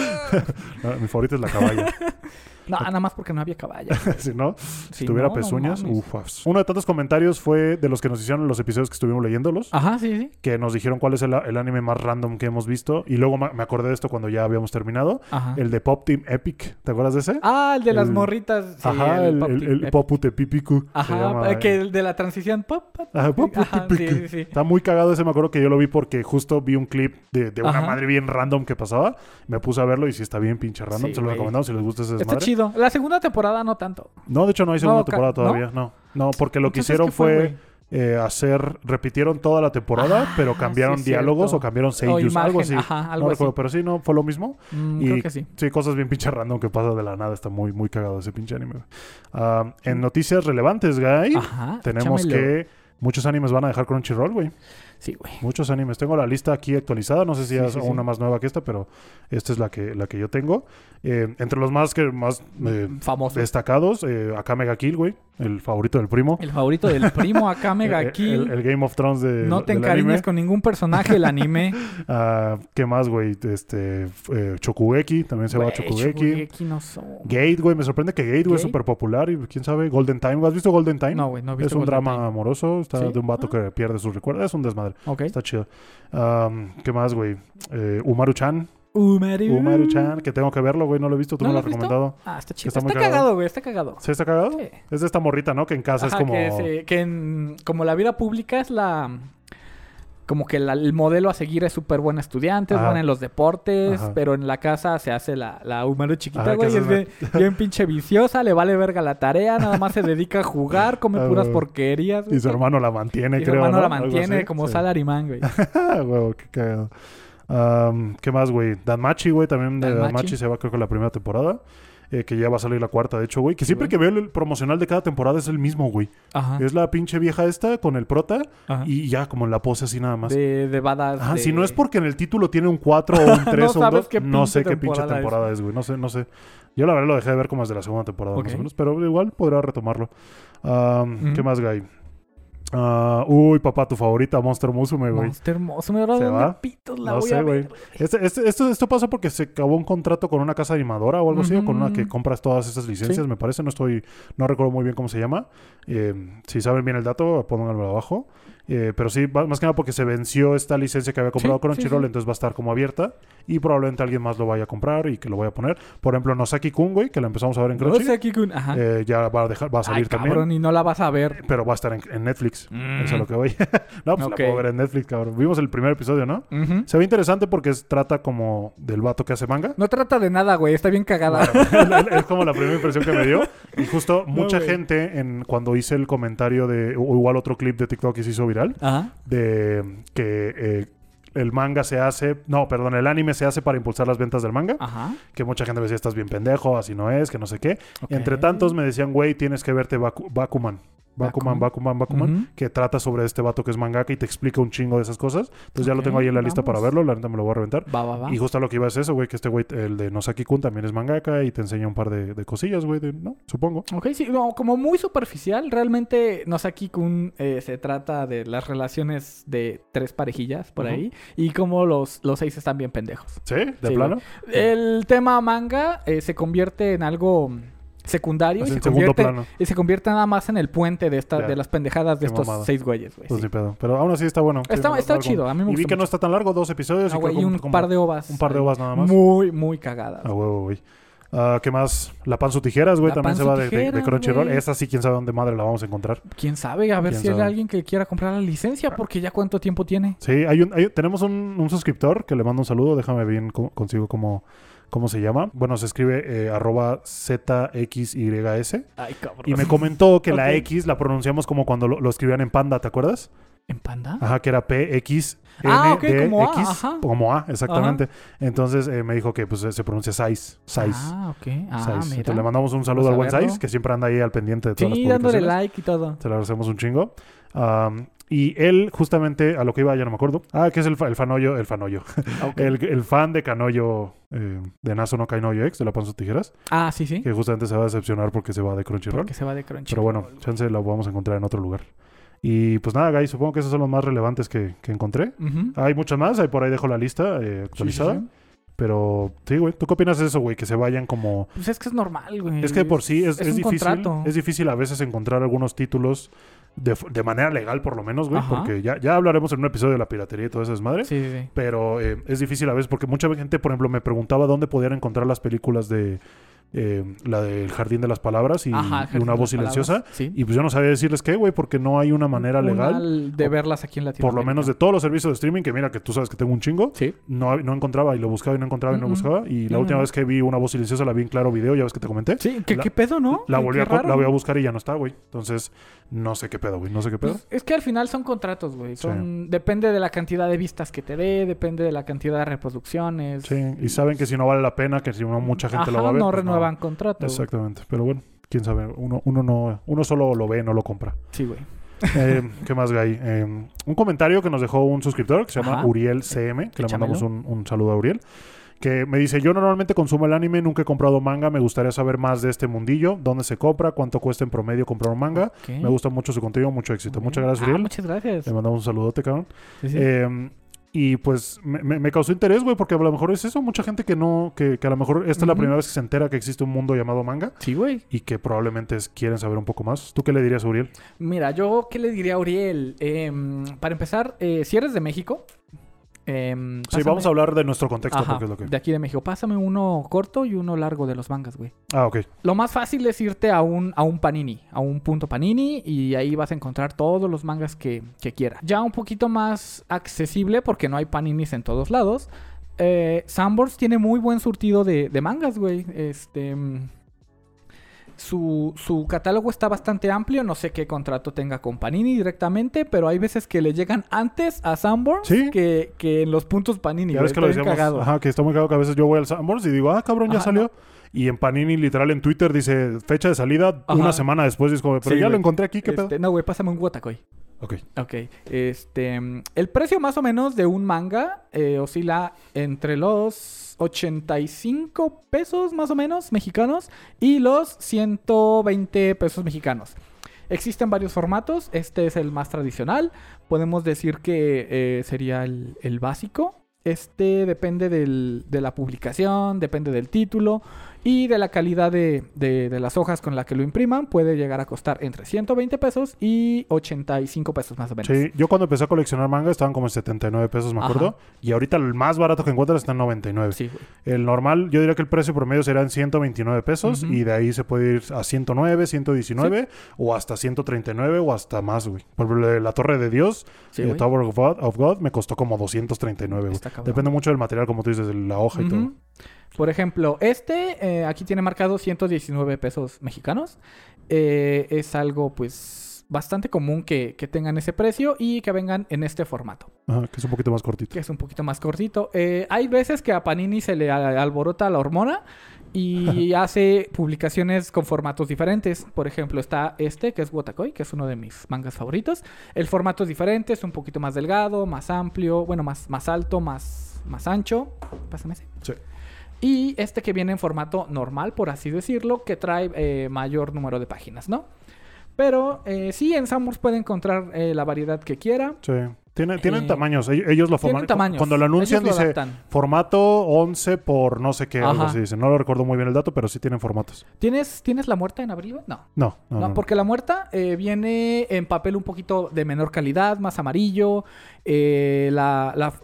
Mi favorito es la caballa. No, nada más porque no había caballo. Si no, si tuviera pezuñas, ufas. Uno de tantos comentarios fue de los que nos hicieron en los episodios que estuvimos leyéndolos. Ajá, sí. Que nos dijeron cuál es el anime más random que hemos visto. Y luego me acordé de esto cuando ya habíamos terminado. Ajá. El de Pop Team Epic. ¿Te acuerdas de ese? Ah, el de las morritas. Sí, ajá, el Popute Pipiku. Ajá, que el de la transición pop. Ajá, sí. Está muy cagado ese, me acuerdo que yo lo vi porque justo vi un clip de una madre bien random que pasaba. Me puse a verlo y sí está bien pinche random. Sí, se lo recomendamos si les gusta ese desmadre. Está chido. La segunda temporada no tanto. No, de hecho no hay segunda temporada todavía. No, porque lo que hicieron fue repitieron toda la temporada, pero cambiaron diálogos o cambiaron seiyus, algo así. Ajá, algo así. Pero sí, no, fue lo mismo. Y creo que sí. Sí, cosas bien pinche random que pasa de la nada. Está muy, muy cagado ese pinche anime. En noticias relevantes, Guy, tenemos que muchos animes van a dejar Crunchyroll, güey. Sí, güey. Muchos animes. Tengo la lista aquí actualizada. No sé si es una más nueva que esta, pero esta es la que yo tengo. Entre los más famosos destacados, Akame ga Kill, güey. El favorito del primo. El favorito del primo, Akame ga Kill. El Game of Thrones de No te encariñes con ningún personaje del anime. ¿Qué más, güey? Chokugeki. También se va a Chokugeki. Chokugeki no son. Gate, güey. Me sorprende que Gate, güey, es súper popular. Y quién sabe. Golden Time. ¿Has visto Golden Time? No, güey. No he visto Es un drama amoroso. Está de un vato que pierde sus recuerdos. Es un desmadre. Okay. Está chido. ¿Qué más, güey? Umaru-chan. Umaru-chan, que tengo que verlo, güey. No lo he visto. Tú me lo has recomendado. Ah, está chido. Está cagado, güey. Está cagado. ¿Sí está cagado? Sí. Es de esta morrita, ¿no? Que en casa es como... como la vida pública es como que el modelo a seguir es súper buena estudiante, es buena en los deportes, pero en la casa se hace la Umaru chiquita, güey. Es bien pinche viciosa, le vale verga la tarea, nada más se dedica a jugar, come puras porquerías. Y su hermano la mantiene, creo. Su hermano la mantiene como salaryman, güey. Güey, qué cagado. ¿Qué más, güey? Danmachi, güey. También de Danmachi se va, creo que la primera temporada. Que ya va a salir la cuarta, de hecho, güey. Que siempre que veo el promocional de cada temporada es el mismo, güey. Ajá. Es la pinche vieja esta con el prota. Ajá. Y ya, como en la pose así nada más. De badass. Ajá, si no es porque en el título tiene un 4 o un 3 o un 2, no sé qué pinche temporada es, güey. No sé. Yo la verdad lo dejé de ver como desde la segunda temporada, más o menos. Pero igual podrá retomarlo. ¿Qué más, Guy? Papá, tu favorita, Monster Musume, güey. Monster Musume, ahora ¿dónde pitos la voy a ver? Esto pasa porque se acabó un contrato con una casa animadora o algo así, o con una que compras todas esas licencias, me parece. No recuerdo muy bien cómo se llama. Si saben bien el dato, pónganlo abajo. Pero sí, más que nada porque se venció esta licencia que había comprado Crunchyroll, entonces va a estar como abierta y probablemente alguien más lo vaya a comprar y que lo vaya a poner. Por ejemplo, Nosaki-kun, güey, que la empezamos a ver en Crunchy. Nosaki-kun, ajá. Ya va a salir también. Cabrón, y no la vas a ver. Pero va a estar en Netflix. Eso es lo que voy. No, pues la puedo ver en Netflix, cabrón. Vimos el primer episodio, ¿no? Se ve interesante porque trata como del vato que hace manga. No trata de nada, güey. Está bien cagada. Bueno, es como la primera impresión que me dio. Y justo mucha gente, cuando hice el comentario o igual otro clip de TikTok que se hizo viral, de que el manga se hace... No, perdón, el anime se hace para impulsar las ventas del manga. Ajá. Que mucha gente me decía, estás bien pendejo, así no es, que no sé qué. Entre tantos me decían, güey, tienes que verte Bakuman. Bakuman, que trata sobre este vato que es mangaka y te explica un chingo de esas cosas. Entonces ya lo tengo ahí en la lista para verlo. La neta me lo voy a reventar. Va. Y justo lo que iba es eso, güey, que este güey, el de Nosaki-kun, también es mangaka y te enseña un par de cosillas, güey, ¿no? Supongo. Ok, sí, no, como muy superficial. Realmente Nosaki-kun se trata de las relaciones de 3 parejillas por ahí y como los 6 están bien pendejos. ¿Sí? ¿De plano? El tema manga se convierte en algo... secundario y se convierte nada más en el puente de las pendejadas de estos 6 güeyes, güey. Pues ni pedo. Pero aún así está bueno. Está chido, a mí me gusta. Y vi que no está tan largo, 2 episodios. Y un par de ovas. Un par de ovas nada más. Muy, muy cagadas. Huevo, güey. ¿Qué más? La Panzu Tijeras, güey, también se va de Crunchyroll. Esa sí, quién sabe dónde madre la vamos a encontrar. Quién sabe, a ver si hay alguien que quiera comprar la licencia, porque ya cuánto tiempo tiene. Sí, tenemos un suscriptor que le mando un saludo. Déjame bien consigo ¿cómo se llama? Bueno, se escribe @ZXYS. Ay, cabrón. Y me comentó que la X la pronunciamos como cuando lo escribían en Panda, ¿te acuerdas? ¿En Panda? Ajá, que era PXNDX. Como A, exactamente. Ajá. Entonces me dijo que pues se pronuncia Sais. Ah, ok. Mira. Entonces le mandamos un saludo al buen Sais, que siempre anda ahí al pendiente de todas las publicaciones. Sí, dándole like y todo. Se lo agradecemos un chingo. Y él, justamente, a lo que iba, ya no me acuerdo. Que es el fanoyo. Okay. el fan de Kanoyo, de Naso no Kainoyo X, de La Panza Tijeras. Sí. Que justamente se va a decepcionar porque se va de Crunchyroll. Pero bueno, chance la vamos a encontrar en otro lugar. Y pues nada, guys, supongo que esos son los más relevantes que encontré. Uh-huh. Hay muchos más, ahí por ahí dejo la lista actualizada. Sí. Pero sí, güey, ¿tú qué opinas de eso, güey? Que se vayan como... Pues es que es normal, güey. Es que por sí es difícil. Contrato. Es difícil a veces encontrar algunos títulos de manera legal, por lo menos, güey. Ajá. Porque ya hablaremos en un episodio de la piratería y todo eso es madre. Sí. Pero es difícil a veces porque mucha gente, por ejemplo, me preguntaba dónde podían encontrar las películas de... la del Jardín de las Palabras y Una Voz Silenciosa. Sí. Y pues yo no sabía decirles qué, güey, porque no hay una manera legal de verlas aquí en Latinoamérica. Por lo menos de todos los servicios de streaming, que mira que tú sabes que tengo un chingo. Sí. No encontraba y lo buscaba y no encontraba y no buscaba. Y la última vez que vi Una Voz Silenciosa la vi en Claro Video, ya ves que te comenté. Sí, ¿qué pedo, no? La voy a buscar y ya no está, güey. Entonces, no sé qué pedo, güey. No sé qué pedo. Pues es que al final son contratos, güey. Depende de la cantidad de vistas que te dé, depende de la cantidad de reproducciones. Sí, y saben que si no vale la pena, que si no mucha gente lo va a ver. No renuevan contratos. Exactamente, pero bueno, quién sabe, uno solo lo ve, no lo compra. Sí, güey. ¿Qué más, Guy? Un comentario que nos dejó un suscriptor que se llama Uriel CM, que le mandamos un saludo a Uriel, que me dice: yo normalmente consumo el anime, nunca he comprado manga, me gustaría saber más de este mundillo, dónde se compra, cuánto cuesta en promedio comprar un manga. Me gusta mucho su contenido, mucho éxito. Muchas gracias, Uriel. Muchas gracias. Le mandamos un saludote, cabrón. Sí. Y pues me causó interés, güey, porque a lo mejor es eso. Mucha gente que a lo mejor esta es la primera vez que se entera que existe un mundo llamado manga. Sí, güey. Y que probablemente quieren saber un poco más. ¿Tú qué le dirías a Uriel? Mira, yo qué le diría a Uriel. Para empezar, si eres de México... sí, vamos a hablar de nuestro contexto. Porque es lo que... De aquí de México. Pásame uno corto y uno largo de los mangas, güey. Ok. Lo más fácil es irte a un Panini, a un punto Panini, y ahí vas a encontrar todos los mangas que quieras. Ya un poquito más accesible, porque no hay Paninis en todos lados. Sanborns tiene muy buen surtido de mangas, güey. Su catálogo está bastante amplio. No sé qué contrato tenga con Panini directamente, pero hay veces que le llegan antes a Sanborns que en los puntos Panini. Ya ves que lo decíamos, que está muy cagado que a veces yo voy al Sanborns y digo, cabrón, ya salió. Y en Panini, literal, en Twitter dice fecha de salida una semana después. Y es como, pero ya lo encontré aquí, ¿qué pedo? No, güey, pásame un Wotakoi. Ok. El precio más o menos de un manga oscila entre los 85 pesos más o menos mexicanos y los 120 pesos mexicanos. Existen varios formatos. Este es el más tradicional. Podemos decir que sería el básico. Depende de la publicación, depende del título y de la calidad de las hojas con la que lo impriman. Puede llegar a costar entre 120 pesos y 85 pesos más o menos. Sí, yo cuando empecé a coleccionar manga estaban como en 79 pesos, me acuerdo. Y ahorita el más barato que encuentras está en 99. Sí, güey. El normal, yo diría que el precio promedio será en 129 pesos. Y de ahí se puede ir a 109, 119 o hasta 139 o hasta más, güey. Por ejemplo, la Torre de Dios, Tower of God, me costó como 239, güey. Depende mucho del material, como tú dices, de la hoja y todo. Por ejemplo, aquí tiene marcado 119 pesos mexicanos. Es algo, pues, bastante común que tengan ese precio y que vengan en este formato. Ajá, que es un poquito más cortito. Hay veces que a Panini se le alborota la hormona y hace publicaciones con formatos diferentes. Por ejemplo, está que es Wotakoi, que es uno de mis mangas favoritos. El formato es diferente, es un poquito más delgado, más amplio, bueno, más alto, más ancho. Pásame ese. Sí. Y que viene en formato normal, por así decirlo, que trae mayor número de páginas, ¿no? Pero sí, en Sanborns puede encontrar la variedad que quiera. Sí. Tienen tamaños. Ellos lo forman. Cuando lo anuncian dice formato 11 por no sé qué. Algo así dice. No lo recuerdo muy bien el dato, pero sí tienen formatos. ¿Tienes la muerta en abril? No, porque la muerta viene en papel un poquito de menor calidad, más amarillo. La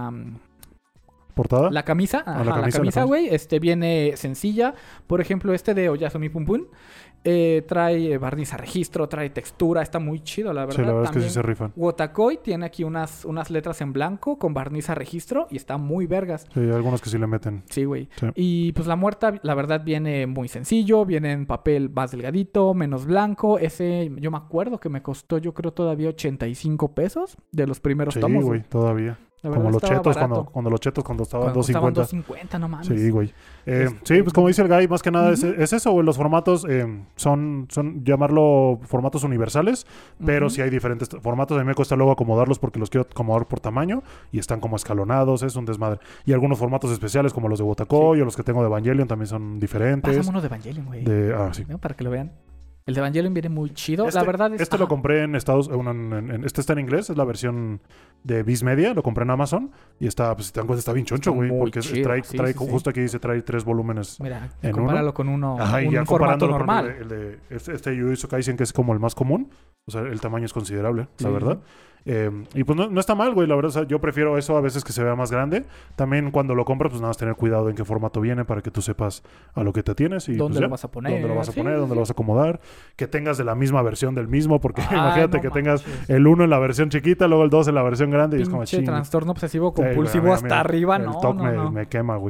¿portada? La camisa, la camisa, güey. Viene sencilla. Por ejemplo, de Oyasumi Pum Pum. Trae barniz a registro, trae textura. Está muy chido, la verdad. Sí, la verdad También, es que sí se rifan. Wotakoi tiene aquí unas letras en blanco con barniz a registro y está muy vergas. Sí, hay algunos que sí le meten. Sí, güey. Sí. Y pues la muerta, la verdad, viene muy sencillo. Viene en papel más delgadito, menos blanco. Ese, yo me acuerdo que me costó, yo creo, todavía 85 pesos de los primeros tomos. Sí, güey, todavía. Como los chetos cuando los chetos cuando estaban 250. 250, no mames. Sí, güey. Sí, pues como dice el Guy, más que nada es eso, güey. Los formatos son llamarlo formatos universales, pero sí hay diferentes formatos. A mí me cuesta luego acomodarlos porque los quiero acomodar por tamaño y están como escalonados, es un desmadre. Y algunos formatos especiales como los de Wotakoi o los que tengo de Evangelion también son diferentes. Pásame uno de Evangelion, güey. Sí. ¿No? Para que lo vean. El de Evangelion viene muy chido. La verdad es... Lo compré en Estados Unidos. Este está en inglés. Es la versión de Viz Media. Lo compré en Amazon. Y está, pues si te dan cuenta, está bien choncho, güey. Porque trae justo aquí dice, trae 3 volúmenes. Mira, compáralo con uno. Ajá, y un ya formato normal. El de este Jujutsu Kaisen, que es como el más común. O sea, el tamaño es considerable, la verdad. Y pues no está mal, güey. La verdad, o sea, yo prefiero eso a veces que se vea más grande. También cuando lo compras, pues nada más tener cuidado en qué formato viene para que tú sepas a lo que te tienes. Y ¿Dónde pues, lo vas a poner? ¿Dónde lo vas a poner? ¿Dónde lo vas a acomodar? Que tengas de la misma versión del mismo. Porque imagínate que tengas el 1 en la versión chiquita, luego el 2 en la versión grande. Y es como trastorno obsesivo compulsivo hasta arriba, ¿no? El TOC me quema, güey.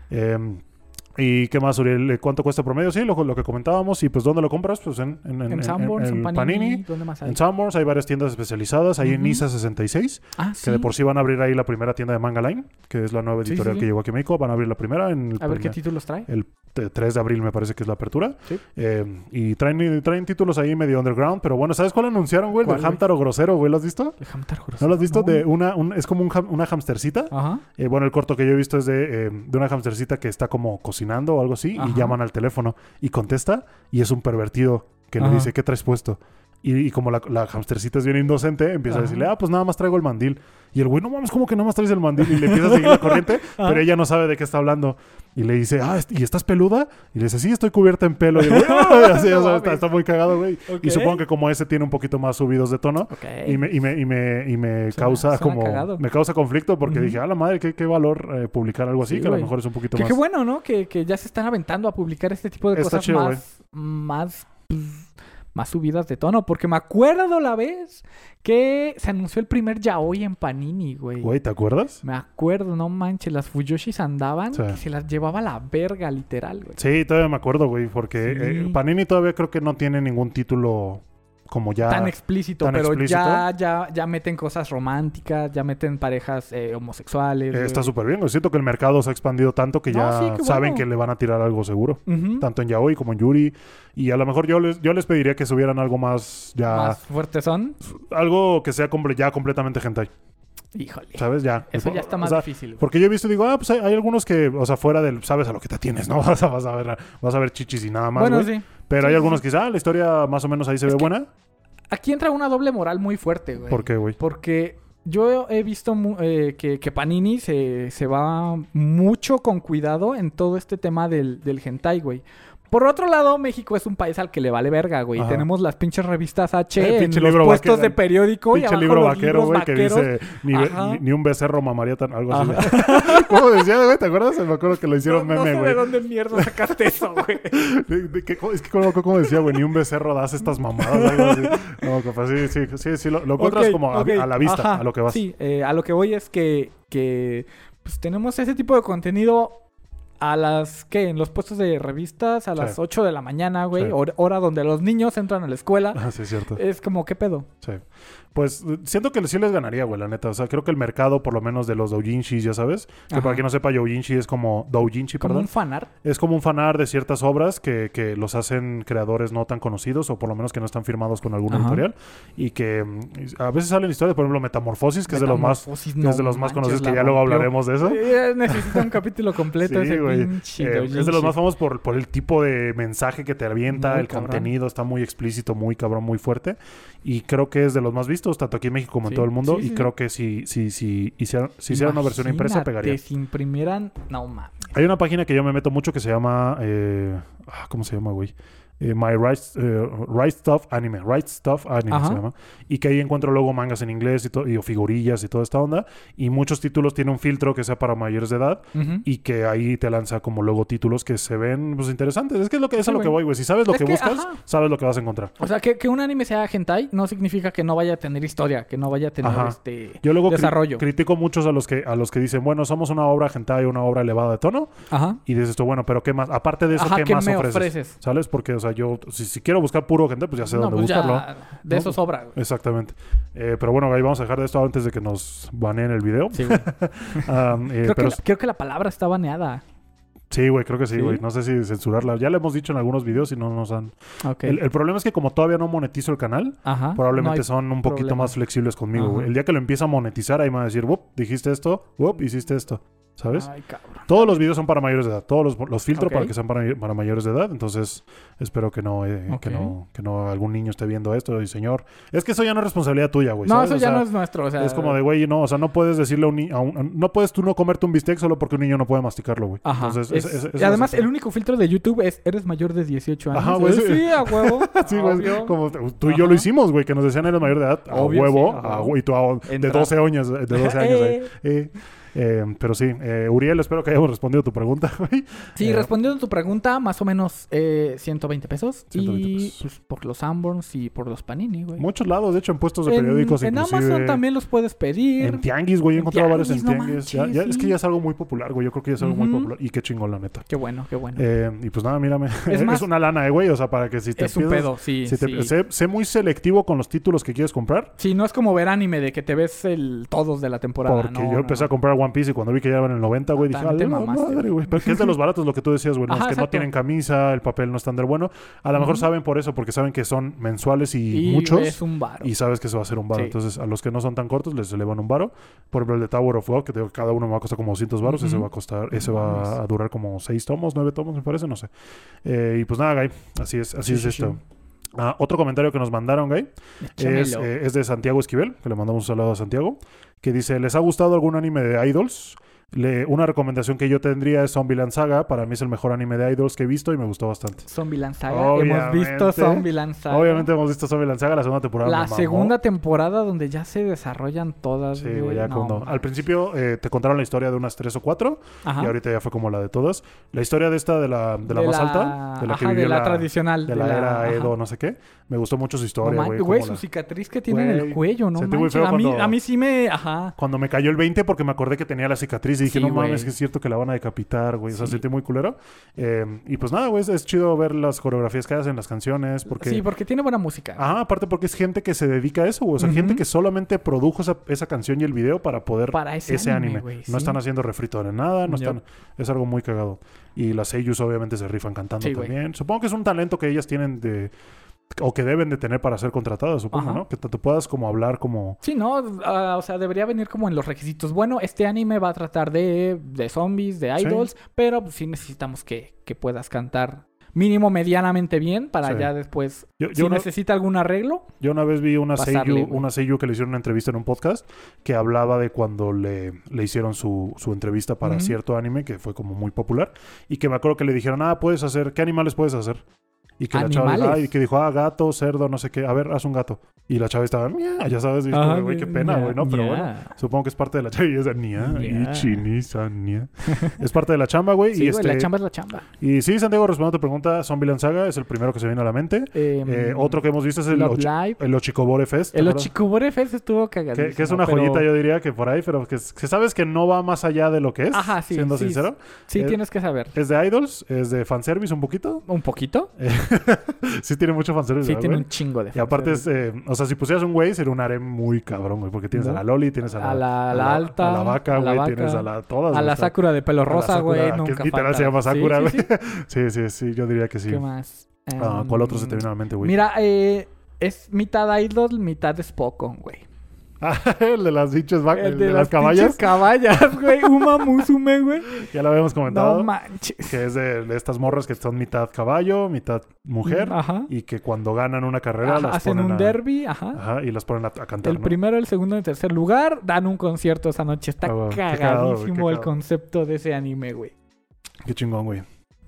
¿Y qué más, Uriel? ¿Cuánto cuesta promedio? Sí, lo que comentábamos. ¿Y pues dónde lo compras? Pues en Sanborns, en Panini. ¿Dónde más hay? En Sanborns hay varias tiendas especializadas. Ahí en ISA 66. Que de por sí van a abrir ahí la primera tienda de Manga Line, que es la nueva editorial que llegó aquí a México. Van a abrir la primera. A ver qué títulos trae. El 3 de abril me parece que es la apertura. Sí. Y traen títulos ahí medio underground. Pero bueno, ¿sabes cuál anunciaron, güey? El Hamtaro Grosero, güey. ¿Lo has visto? El Hamtaro Grosero. ¿No lo has visto? No. Es como una hamstercita. Ajá. Bueno, el corto que yo he visto es de una hamstercita que está como cocinando o algo así. Y llaman al teléfono y contesta y es un pervertido que le dice, ¿qué traes puesto? Y como la hamstercita es bien inocente, empieza a decirle, pues nada más traigo el mandil. Y el güey, no mames, ¿cómo que nada más traes el mandil? Y le empieza a seguir la corriente, pero ella no sabe de qué está hablando. Y le dice, ¿y estás peluda? Y le dice, sí, estoy cubierta en pelo. Y el güey, así, está muy cagado, güey. Okay. Y supongo que como ese tiene un poquito más subidos de tono. Okay. Y me causa como... Cagado. Me causa conflicto porque dije, la madre, qué valor publicar algo así, que a lo mejor es un poquito más... Qué bueno, ¿no? Que ya se están aventando a publicar este tipo de cosas chido, más subidas de tono. Porque me acuerdo la vez que se anunció el primer yaoi en Panini, güey. Güey, ¿te acuerdas? Me acuerdo, no manches. Las Fuyoshis andaban que se las llevaba a la verga, literal, güey. Sí, todavía me acuerdo, güey. Porque Panini todavía creo que no tiene ningún título... como ya... Tan explícito, pero ya meten cosas románticas, ya meten parejas homosexuales. Está súper bien, güey. Siento que el mercado se ha expandido tanto que saben que le van a tirar algo seguro. Tanto en yaoi como en yuri. Y a lo mejor yo les pediría que subieran algo más ya... ¿Más fuertes son? Algo que sea ya completamente hentai. Híjole. ¿Sabes? Ya. Eso ya está más difícil. Porque yo he visto y digo, pues hay algunos que, o sea, fuera del... Sabes a lo que te atienes, ¿no? Vas a ver chichis y nada más, bueno, güey. sí. Pero hay algunos que la historia más o menos ahí se ve buena. Aquí entra una doble moral muy fuerte, güey. ¿Por qué, güey? Porque yo he visto que Panini se va mucho con cuidado en todo este tema del hentai, güey. Por otro lado, México es un país al que le vale verga, güey. Tenemos las pinches revistas H en los puestos de periódico y abajo libro los vaquero, libros güey, vaqueros. Que dice ni un becerro mamaría tan... Algo así. ¿Cómo decía, güey? ¿Te acuerdas? Me acuerdo que lo hicieron meme, güey. No sé de dónde mierda sacaste eso, güey. Es que como decía, güey, ni un becerro das estas mamadas. Algo así. No, capaz, sí. Lo encuentras como a la vista, a lo que vas. Sí, a lo que voy es que pues tenemos ese tipo de contenido... A las, en los puestos de revistas, a las 8 de la mañana, güey. Hora donde los niños entran a la escuela. Sí, es cierto. Es como, ¿qué pedo? Sí. Pues siento que sí les ganaría, güey, la neta. O sea, creo que el mercado, por lo menos de los doujinshis, ya sabes. Que para quien no sepa, doujinshi es como... Doujinshi, perdón. ¿Como un fanart? Es como un fanart de ciertas obras que los hacen creadores no tan conocidos o por lo menos que no están firmados con alguna editorial. Y que a veces salen historias, por ejemplo, Metamorfosis, que es de los más conocidos, que ya luego hablaremos de eso. Necesita un capítulo completo ese pinche es de los más famosos por el tipo de mensaje que te avienta, el contenido está muy explícito, muy cabrón, muy fuerte. Y creo que es de los más vistos, tanto aquí en México como en todo el mundo. Y creo que si hicieran una versión impresa, pegaría. Si imprimieran, no mames. Hay una página que yo me meto mucho que se llama... ¿cómo se llama, güey? My Right Stuff Anime. Right Stuff Anime se llama. Y que ahí encuentro luego mangas en inglés y figurillas y toda esta onda. Y muchos títulos tienen un filtro que sea para mayores de edad. Y que ahí te lanza como luego títulos que se ven pues interesantes. Es que es a lo que voy, güey. Si sabes lo que buscas, sabes lo que vas a encontrar. O sea, que un anime sea hentai no significa que no vaya a tener historia, que no vaya a tener Yo luego desarrollo. Critico muchos a los que dicen, bueno, somos una obra hentai, una obra elevada de tono. Y dices tú, bueno, pero ¿qué más? Aparte de eso, ¿qué más ofreces? ¿Sabes? Porque, o sea, yo si quiero buscar puro hentai, pues ya sé dónde buscarlo. De eso sobra. Exactamente. Pero bueno, ahí vamos a dejar de esto antes de que nos baneen el video. Sí, güey. Creo que la palabra está baneada. Sí, güey, creo que sí, güey. No sé si censurarla. Ya lo hemos dicho en algunos videos y no nos han... El problema es que como todavía no monetizo el canal, probablemente son un poquito más flexibles conmigo, güey. El día que lo empieza a monetizar, ahí me va a decir, dijiste esto, hiciste esto. ¿Sabes? Ay, cabrón. Todos los videos son para mayores de edad. Todos los filtro para que sean para mayores de edad. Entonces, espero que no algún niño esté viendo esto. Y señor, es que eso ya no es responsabilidad tuya, güey. No, ¿sabes? eso ya no es nuestro. O sea, es como de, güey, no. O sea, no puedes decirle a un niño... No puedes tú no comerte un bistec solo porque un niño no puede masticarlo, güey. Entonces, y además, el único filtro de YouTube es eres mayor de 18 años. Ajá, güey. Sí, a huevo. Sí, güey. Como tú y yo lo hicimos, güey. Que nos decían eres mayor de edad. A huevo. Y tú de 12 años. De 12 años ahí. Pero sí, Uriel, espero que hayamos respondido tu pregunta, güey. Sí, respondiendo a tu pregunta, más o menos 120 pesos. 120 pesos. Pues, por los Sanborns y por los Panini, güey. Muchos lados, de hecho, en puestos de periódicos en inclusive. Amazon también los puedes pedir. En Tianguis, güey, he encontrado varios en Tianguis. No Es que ya es algo muy popular, güey. Yo creo que ya es algo muy popular. Y qué chingón, la neta. Qué bueno, qué bueno. Y pues nada, mírame. Es una lana, güey. O sea, para que si te es un pedo, sí. Sé muy selectivo con los títulos que quieres comprar. Sí, no es como ver anime de que te ves todos de la temporada. Porque yo empecé a comprar One Piece y cuando vi que ya en el 90, güey, dije, madre, güey. Pero que es de los baratos lo que tú decías, güey. No, es que no tienen camisa, el papel no es tan del bueno. A lo mejor saben por eso, porque saben que son mensuales y muchos. Es un varo. Y sabes que eso va a ser un varo. Sí. Entonces, a los que no son tan cortos les elevan un varo. Por ejemplo, el de Tower of God, que cada uno me va a costar como 200 varos. Ese va a durar como 6 tomos, 9 tomos, me parece, no sé. Y pues nada, güey. Así es esto. Otro comentario que nos mandaron, güey, es de Santiago Esquivel, que le mandamos un saludo a Santiago, que dice, ¿les ha gustado algún anime de Idols? Una recomendación que yo tendría es Zombieland Saga. Para mí es el mejor anime de Idols que he visto y me gustó bastante. Zombieland Saga. Hemos visto Zombieland Saga. Obviamente hemos visto Zombieland Saga, la segunda temporada. La segunda temporada donde ya se desarrollan todas. Sí, güey, ya al principio te contaron la historia de unas 3 o 4 y ahorita ya fue como la de todas. La historia de esta de la más alta, de la que vivió de la tradicional. De la era Edo, no sé qué. Me gustó mucho su historia, güey. Güey, su cicatriz que tiene en el cuello, ¿no? A mí sí me... Cuando me cayó el 20 porque me acordé que tenía la cicatriz y dije, no mames, que es cierto que la van a decapitar, güey. O sea, sentí muy culero. Y pues nada, güey, es chido ver las coreografías que hacen, las canciones. Porque tiene buena música. Aparte porque es gente que se dedica a eso, güey. O sea, gente que solamente produjo esa canción y el video para poder... Para ese anime. Güey, no están haciendo refrito de nada, es algo muy cagado. Y las seiyus obviamente se rifan cantando también. Wey. Supongo que es un talento que ellas tienen o que deben de tener para ser contratadas, supongo, ¿no? Que te puedas como hablar como... Sí, ¿no? O sea, debería venir como en los requisitos. Bueno, este anime va a tratar de zombies, de idols, pero pues, sí necesitamos que puedas cantar mínimo medianamente bien para ya después... Si necesita algún arreglo... Yo una vez vi una seiyuu que le hicieron una entrevista en un podcast que hablaba de cuando le hicieron su entrevista para cierto anime que fue como muy popular y que me acuerdo que le dijeron, ¿qué animales puedes hacer? Y que la chava dijo, gato, cerdo, no sé qué. A ver, haz un gato. Y la chava estaba, ya sabes, güey, qué pena, güey, ¿no? Pero bueno, supongo que es parte de la chamba. Y es parte de la chamba, güey. Sí, la chamba es la chamba. Y sí, Santiago, respondiendo a tu pregunta, Zombieland Saga es el primero que se viene a la mente. Otro que hemos visto es el Ochikobore Fest. El Ochikobore Fest estuvo cagadísimo. Que es una joyita, yo diría, que por ahí, pero que sabes que no va más allá de lo que es. Ajá, sí. Siendo sincero. Sí, tienes que saber. Es de Idols, es de fanservice un poquito. ¿Un poquito? Sí tiene mucho fanservice. Sí, tiene un chingo de fanservice. Y aparte o sea, si pusieras un güey, sería un harem muy cabrón, güey. Porque tienes a la Loli, tienes a la alta, a la vaca, güey. Tienes a todas. A la Sakura de pelo rosa, güey. Nunca falta. Literal se llama Sakura, güey. Sí, yo diría que sí. ¿Qué más? ¿Cuál otro se te viene a la mente, güey? Mira, es mitad idol, mitad Spokon, güey. El de las bichas vacas. El de las caballas, güey. Uma Musume, güey. Ya lo habíamos comentado. No manches. Que es de estas morras que son mitad caballo, mitad mujer. Y que cuando ganan una carrera las hacen ponen un derby. Y las ponen a cantar. El primero, el segundo y el tercer lugar dan un concierto esa noche. Está cagadísimo el concepto de ese anime, güey. Qué chingón, güey.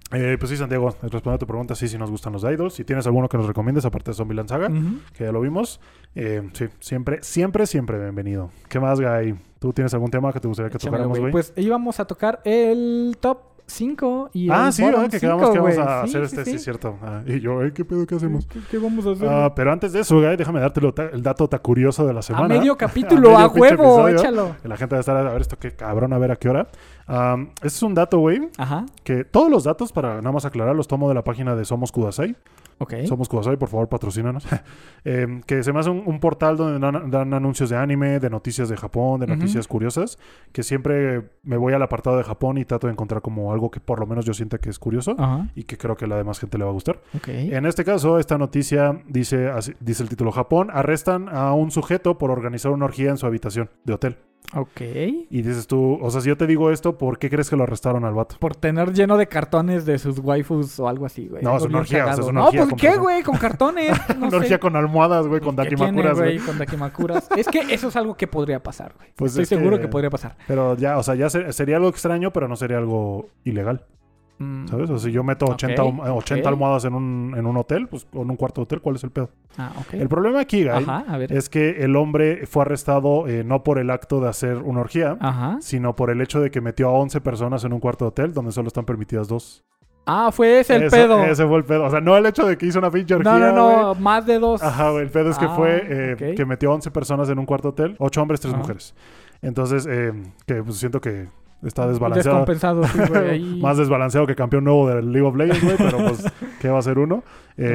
Pues sí, Santiago, respondiendo a tu pregunta, sí nos gustan los idols. Si tienes alguno que nos recomiendes, aparte de Zombieland Saga, que ya lo vimos, sí, siempre bienvenido. ¿Qué más, Guy? ¿Tú tienes algún tema que te gustaría que tocáramos, güey? Pues íbamos a tocar el top 5 y el sí, ¿verdad? Que quedamos que vamos a hacer sí, cierto. Y yo, ¿qué pedo? ¿Qué hacemos? ¿Qué vamos a hacer? Pero antes de eso, Guy, déjame darte el dato tan curioso de la semana. A medio capítulo, a huevo, échalo. La gente va a estar a ver esto, qué cabrón, a ver a qué hora. Este es un dato, güey, que todos los datos, para nada más aclarar, los tomo de la página de Somos Kudasai. Somos Kudasai, por favor, patrocínanos. Que se me hace un portal donde dan anuncios de anime, de noticias de Japón, de noticias curiosas, que siempre me voy al apartado de Japón y trato de encontrar como algo que por lo menos yo sienta que es curioso y que creo que a la demás gente le va a gustar. En este caso, esta noticia dice el título: Japón arrestan a un sujeto por organizar una orgía en su habitación de hotel. Y dices tú, o sea, si yo te digo esto, ¿por qué crees que lo arrestaron al vato? Por tener lleno de cartones de sus waifus o algo así, güey. No, es una orgía, es una orgía. No, ¿por qué, güey? Con cartones. No una orgía con almohadas, güey, con dakimakuras, güey. Con dakimakuras. Es que eso es algo que podría pasar, güey. Pues estoy seguro que podría pasar. Pero ya, o sea, ya sería algo extraño, pero no sería algo ilegal. ¿Sabes? O sea, si yo meto 80 almohadas en un hotel, pues, o en un cuarto de hotel, ¿cuál es el pedo? El problema aquí, Guy, es que el hombre fue arrestado no por el acto de hacer una orgía, sino por el hecho de que metió a 11 personas en un cuarto de hotel donde solo están permitidas 2. Fue ese el pedo. Ese fue el pedo. O sea, no el hecho de que hizo una pinche orgía. No, más de 2. Ajá, güey. El pedo es que fue que metió a 11 personas en un cuarto de hotel, 8 hombres, 3 mujeres. Entonces, que pues siento que está desbalanceado. Descompensado, sí, güey. Ahí... Más desbalanceado que campeón nuevo del League of Legends, güey. Pero pues, ¿qué va a ser uno?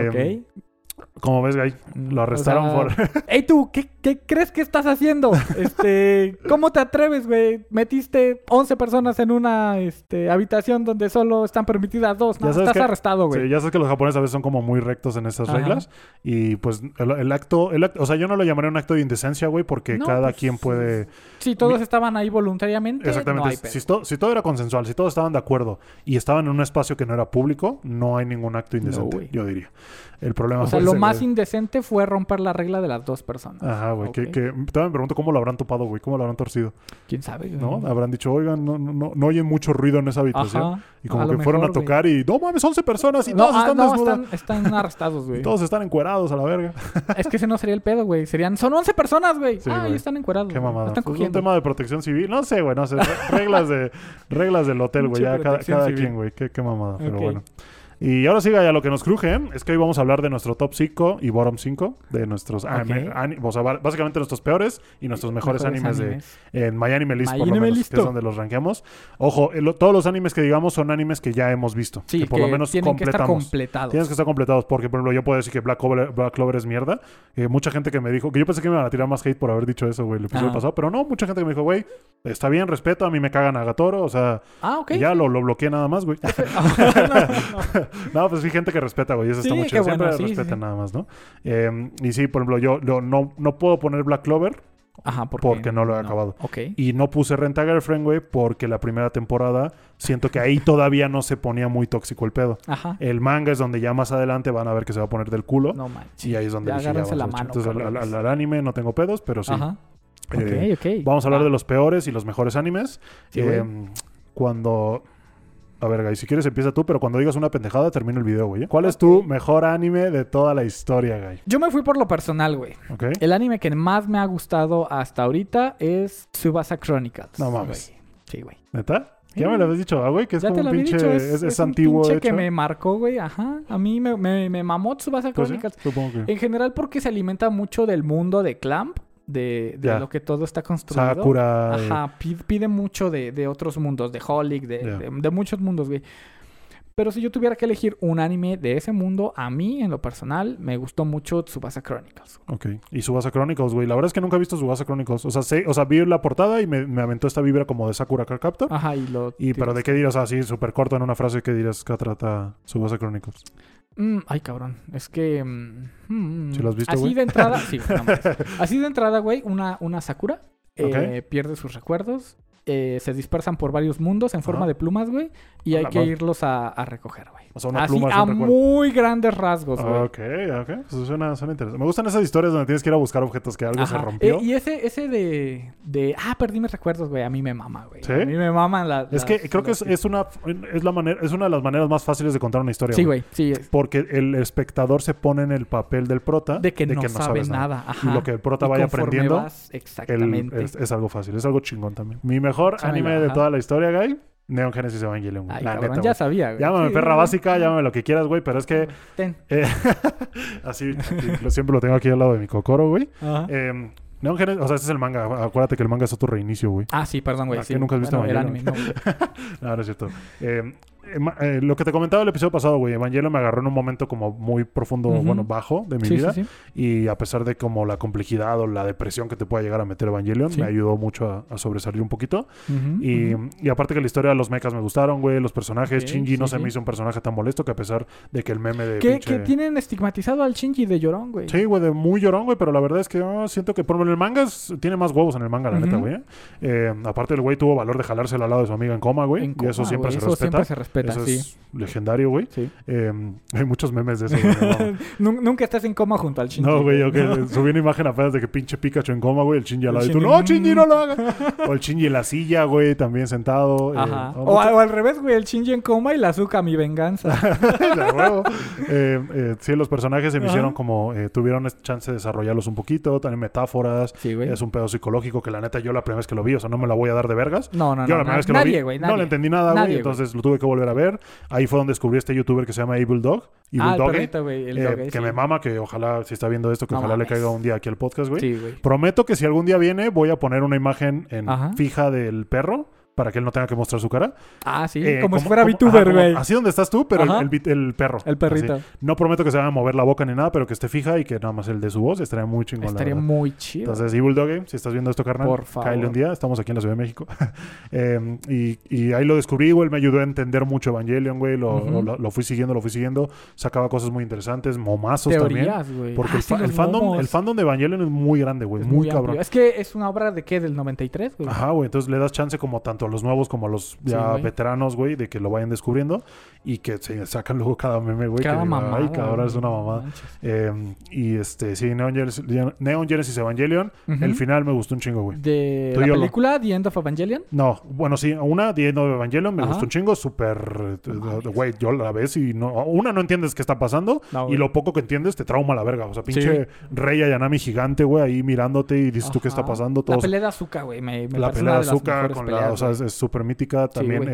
Como ves, Guy, lo arrestaron por... ¡Ey, tú! ¿Qué crees que estás haciendo? ¿Cómo te atreves, güey? Metiste 11 personas en una habitación donde solo están permitidas 2. No, estás arrestado, güey. Sí, ya sabes que los japoneses a veces son como muy rectos en esas reglas. Y pues el acto... O sea, yo no lo llamaría un acto de indecencia, güey, porque cada quien puede... Si todos estaban ahí voluntariamente, exactamente. No hay pedo. Si todo era consensual, si todos estaban de acuerdo y estaban en un espacio que no era público, no hay ningún acto indecente, yo diría. El problema fue lo más indecente fue romper la regla de las 2 personas. Ajá, güey. Que también me pregunto cómo lo habrán topado, güey. ¿Cómo lo habrán torcido? ¿Quién sabe? ¿No? Habrán dicho, oigan, no oyen mucho ruido en esa habitación. Y como que fueron a tocar y... ¡No mames, 11 personas! Y todos están desnudas. Están arrestados, güey. Todos están encuerados a la verga. Es que ese no sería el pedo, güey. Son 11 personas, güey. Sí, y están encuerados. Qué mamada. Están pues un tema de protección civil. No sé, güey. No sé. reglas del hotel, güey. Ya cada quien, güey. Qué mamada. Pero bueno. Y ahora sí, ya lo que nos cruje es que hoy vamos a hablar de nuestro top 5 y bottom 5 de nuestros o sea, básicamente nuestros peores y nuestros mejores animes en MyAnimeList, por lo menos, que es donde los rankeamos. Ojo, todos los animes que digamos son animes que ya hemos visto. Sí, que por lo menos tienen que estar completados. Tienen que estar completados porque, por ejemplo, yo puedo decir que Black Clover es mierda. Mucha gente que me dijo... Que yo pensé que me iban a tirar más hate por haber dicho eso, güey, el episodio pasado. Pero no, mucha gente que me dijo, güey, está bien, respeto, a mí me cagan a Gatoro, o sea... ya lo bloqueé nada más, güey. No, pues sí, gente que respeta, güey. Eso está muy chido. Siempre respetan nada más, ¿no? Y sí, por ejemplo, yo no puedo poner Black Clover porque no lo he acabado. Y no puse Rent a Girlfriend, güey, porque la primera temporada siento que ahí todavía no se ponía muy tóxico el pedo. El manga es donde ya más adelante van a ver que se va a poner del culo. No manches. Y ahí es donde ya agárrense la mano. Entonces, al anime no tengo pedos, pero sí. Ok. Vamos a hablar de los peores y los mejores animes. Sí, cuando... A ver, Guy, si quieres empieza tú, pero cuando digas una pendejada termina el video, güey. ¿Cuál es tu mejor anime de toda la historia, Guy? Yo me fui por lo personal, güey. El anime que más me ha gustado hasta ahorita es Tsubasa Chronicles. No mames. Güey. Sí, güey. ¿Neta? Ya me lo habías dicho, güey, que es ya como un pinche... Es antiguo, un pinche hecho. Que me marcó, güey. Ajá. A mí me mamó Tsubasa Chronicles. Sí, supongo que... En general porque se alimenta mucho del mundo de Clamp. De lo que todo está construido. Sakura. Ajá. Pide mucho de otros mundos. De Holic, de muchos mundos, güey. Pero si yo tuviera que elegir un anime de ese mundo, a mí, en lo personal, me gustó mucho Tsubasa Chronicles. Ok. Y Tsubasa Chronicles, güey. La verdad es que nunca he visto Tsubasa Chronicles. O sea, vi la portada y me aventó esta vibra como de Sakura Card Captor. Ajá, pero ¿de qué dirás así, súper corto en una frase, qué dirás que trata Tsubasa Chronicles? Ay, cabrón. Es que... ¿Sí lo has visto, así güey? de entrada... Sí, así de entrada, güey, una Sakura pierde sus recuerdos se dispersan por varios mundos en forma de plumas, güey. Y hay que irlos a recoger, güey. O sea, una así pluma a muy grandes rasgos, güey. Ok. Pues suena interesante. Me gustan esas historias donde tienes que ir a buscar objetos que algo se rompió. Y ese de... perdí mis recuerdos, güey. A mí me mama, güey. ¿Sí? A mí me maman Es que creo que es una de las maneras más fáciles de contar una historia, sí, güey. Sí, porque el espectador se pone en el papel del prota de que no sabe nada. Ajá. Y lo que el prota vaya aprendiendo exactamente. es algo fácil. Es algo chingón también. Mi mejor anime de toda la historia, güy. Neon Genesis Evangelion. Ay, la neta, ya sabía, güey. Llámame perra básica, llámame lo que quieras, güey, pero es que... así, siempre lo tengo aquí al lado de mi Kokoro, güey. Ajá. Neon Genesis, o sea, este es el manga. Acuérdate que el manga es otro reinicio, güey. Ah, sí, perdón, güey. Sí. ¿Nunca has visto Evangelion? El anime, no, no es cierto. Lo que te comentaba el episodio pasado, güey, Evangelion me agarró en un momento como muy profundo, bajo de mi vida. Sí. Y a pesar de como la complejidad o la depresión que te pueda llegar a meter Evangelion, me ayudó mucho a sobresalir un poquito. Y aparte que la historia de los mechas me gustaron, güey, los personajes. Shinji no se me hizo un personaje tan molesto que a pesar de que el meme de que tienen estigmatizado al Shinji de llorón, güey. Sí, güey, de muy llorón, güey, pero la verdad es que siento que por el manga tiene más huevos en el manga, la neta, güey. Aparte el güey tuvo valor de jalárselo al lado de su amiga en coma, güey. Y eso siempre se respeta. Eso es legendario, güey. Sí. Hay muchos memes de eso, güey. Nunca estás en coma junto al Shinji. No, güey, subí una imagen apenas de que pinche Pikachu en coma, güey. El Shinji al lado. Y tú, no, Shinji, no lo hagas. O el Shinji en la silla, güey, también sentado. Ajá. O al revés, güey. El Shinji en coma y la Asuka, mi venganza. Sí, los personajes se me hicieron como... tuvieron chance de desarrollarlos un poquito. También metáforas. Sí, güey. Es un pedo psicológico que la neta yo la primera vez que lo vi, o sea, no me la voy a dar de vergas. No. Yo la primera vez que lo vi, no le entendí nada, güey. Entonces lo tuve que volver a ver. Ahí fue donde descubrí este youtuber que se llama Evil Dog. El perrito, güey. Que me mama, que ojalá, si está viendo esto, que ojalá le caiga un día aquí al podcast, güey. Sí, güey. Prometo que si algún día viene, voy a poner una imagen fija del perro para que él no tenga que mostrar su cara. Ah, sí. Como si fuera VTuber, güey. Así donde estás tú, pero el perro. El perrito. Así. No prometo que se vaya a mover la boca ni nada, pero que esté fija y que nada más el de su voz estaría muy chingón. Estaría muy chido. Entonces, Evil Dog, si estás viendo esto, carnal, por favor, cáele un día. Estamos aquí en la Ciudad de México. Y ahí lo descubrí, güey. Él me ayudó a entender mucho Evangelion, güey. Lo fui siguiendo. Sacaba cosas muy interesantes. Momazos teorías, también. Güey. Porque el fandom de Evangelion es muy grande, güey. Muy cabrón. Amplio. Es que es una obra de ¿qué? ¿Del 93, güey? Ajá, güey. Entonces le das chance como tanto a los nuevos como a los veteranos, güey, de que lo vayan descubriendo y que se sacan luego cada meme, güey. Cada mamada. Ay, cabrón, es una mamada. Sí, Neon Genesis Evangelion. El final me gustó un chingo, güey. ¿De la película The End of Evangelion? No, bueno, sí. The End of Evangelion me gustó un chingo. Súper... Güey, yo la ves y no entiendes qué está pasando y lo poco que entiendes te trauma la verga. O sea, pinche Rey Ayanami gigante, güey, ahí mirándote y dices tú qué está pasando. La pelea de Asuka, güey. La pelea de Asuka con o sea, es súper mítica. También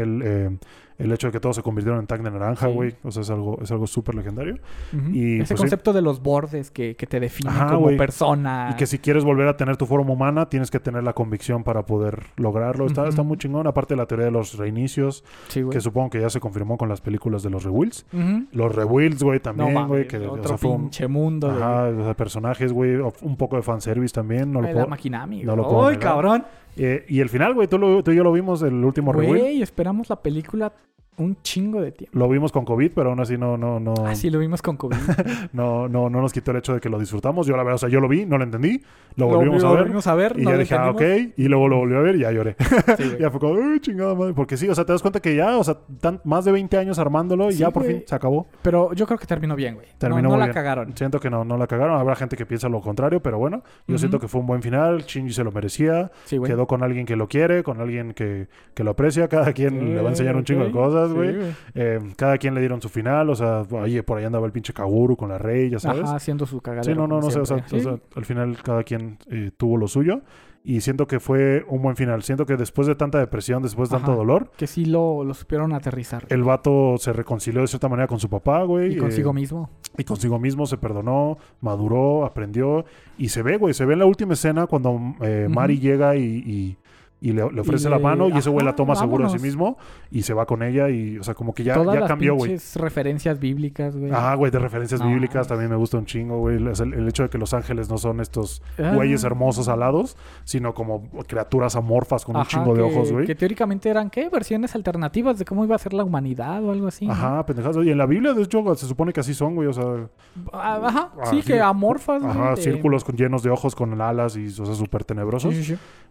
el hecho de que todos se convirtieron en Tag de naranja, güey. O sea, es algo súper legendario. Y ese concepto de los bordes que te definen como persona. Y que si quieres volver a tener tu forma humana, tienes que tener la convicción para poder lograrlo. Está muy chingón. Aparte de la teoría de los reinicios, que supongo que ya se confirmó con las películas de los Rebuilds. Los Rebuilds, güey, también, güey. Otro pinche mundo. O sea, personajes, güey. Un poco de fanservice también. La Makinami, no lo puedo ¡ay, cabrón! Y el final, güey, tú y yo lo vimos el último Rebuild. Güey, esperamos la película un chingo de tiempo. Lo vimos con COVID, pero aún así no. Ah, sí, lo vimos con COVID. no nos quitó el hecho de que lo disfrutamos. Yo la verdad, o sea, yo lo vi, no lo entendí. Lo volvimos a ver. Y ya dije, ok. Y luego lo volví a ver y ya lloré. Sí, ya fue como, uy, chingada madre. Porque sí, o sea, te das cuenta que ya, o sea, más de 20 años armándolo y ya por fin se acabó. Pero yo creo que terminó bien, güey. No la cagaron. Siento que no la cagaron. Habrá gente que piensa lo contrario, pero bueno, yo siento que fue un buen final. Shinji se lo merecía. Sí, quedó con alguien que lo quiere, con alguien que lo aprecia. Cada quien le va a enseñar un chingo de cosas, güey. Cada quien le dieron su final, o sea, oye, por ahí andaba el pinche Kaguru con la Rey, ya sabes. Ajá, haciendo su cagadero. Sí, no sé, o sea, al final cada quien tuvo lo suyo y siento que fue un buen final. Siento que después de tanta depresión, después de tanto dolor... Que sí lo supieron aterrizar. El vato se reconcilió de cierta manera con su papá, güey. Y consigo mismo. Y consigo mismo se perdonó, maduró, aprendió y se ve, güey, se ve en la última escena cuando Mari llega y le ofrece la mano y ese güey la toma seguro de sí mismo y se va con ella y, o sea, como que ya cambió, güey. Todas las referencias bíblicas, güey. Güey, de referencias bíblicas también me gusta un chingo, güey. El hecho de que los ángeles no son estos güeyes hermosos alados, sino como criaturas amorfas con un chingo de ojos, güey. Que teóricamente eran, ¿qué? Versiones alternativas de cómo iba a ser la humanidad o algo así. Ajá, pendejadas. Y en la Biblia, de hecho, se supone que así son, güey, o sea... sí, que amorfas, güey. Círculos llenos de ojos con alas y, o sea, súper tenebrosos. Sí.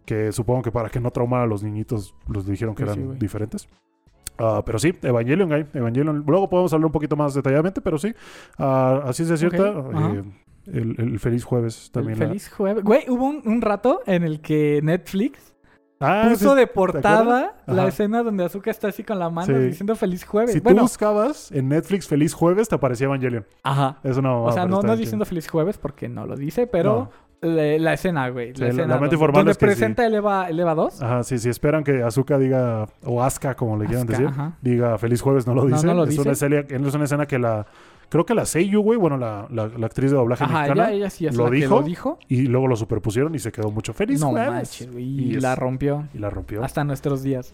que supongo que para que no traumara a los niñitos los dijeron que Sí, eran diferentes. Pero sí, Evangelion, güey. Evangelion. Luego podemos hablar un poquito más detalladamente, pero sí. Así es cierta. El Feliz Jueves también. El Feliz Jueves. Güey, hubo un rato en el que Netflix puso sí, de portada la escena donde Asuka está así con la mano diciendo Feliz Jueves. Si tú buscabas en Netflix Feliz Jueves, te aparecía Evangelion. Ajá. Eso no. O sea, no diciendo Feliz Jueves porque no lo dice, pero la escena, güey. La escena donde presenta el Eva 2. Ajá, sí, si esperan que Asuka diga, o Asuka, como le quieran decir, diga Feliz Jueves, no lo dice. No lo dice. Es una escena que creo que la Seiyu, güey, bueno, la actriz de doblaje mexicana, ella sí es lo la dijo, que lo dijo. Y luego lo superpusieron y se quedó mucho feliz. No manches, güey. Y la rompió. Y la rompió. Hasta nuestros días.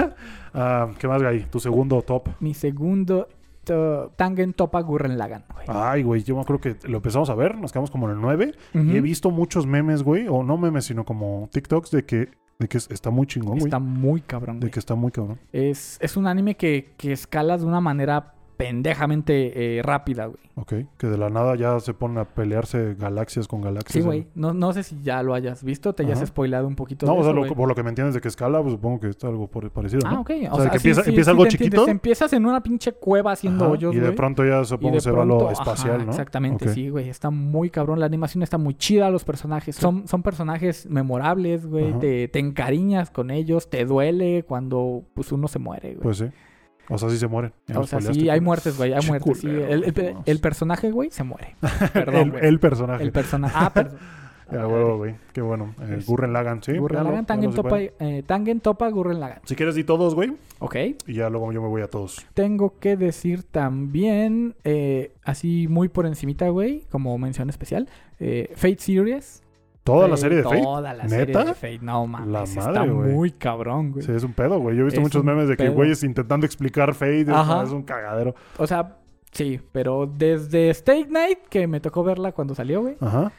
¿Qué más, Gai? Tu segundo top. Mi segundo Tangen Toppa Gurren Lagann, güey. Ay, güey, yo me acuerdo que lo empezamos a ver, nos quedamos como en el 9. Y he visto muchos memes, güey, o no memes, sino como TikToks de que está muy chingón, güey. Está muy cabrón, güey. De que está muy cabrón. Es un anime que escala de una manera pendejamente rápida, güey. Ok, que de la nada ya se ponen a pelearse galaxias con galaxias. Sí, güey. No sé si ya lo hayas visto, te hayas spoilado un poquito. No, de o sea, eso, por lo que me entiendes de que escala, pues supongo que está algo parecido, ¿no? Ok. O sea, que empieza algo chiquito. Empiezas en una pinche cueva haciendo hoyos, y de pronto ya supongo se va a lo espacial, ¿no? Exactamente, sí, güey. Está muy cabrón. La animación está muy chida, los personajes. Son personajes memorables, güey. Te encariñas con ellos, te duele cuando pues uno se muere, güey. Pues sí. O sea, sí se mueren. O sea, sí, hay muertes, güey. Hay muertes, sí. El personaje, güey, se muere. Perdón, güey. El personaje. El personaje. Perdón. Ya, huevo, güey. Qué bueno. Gurren Lagann, sí. Gurren Lagann, Tangen Toppa, Gurren Lagann. Si quieres, di todos, güey. Ok. Y ya luego yo me voy a todos. Tengo que decir también, así muy por encimita, güey, como mención especial, Fate Series. ¿Toda la serie de Fate? Toda la serie de Fate. No, mames. La madre, está güey. muy cabrón, güey. Sí, es un pedo, güey. Yo he visto muchos memes de que güeyes intentando explicar Fate. Es un cagadero. O sea, sí. Pero desde Stay Night, que me tocó verla cuando salió, güey.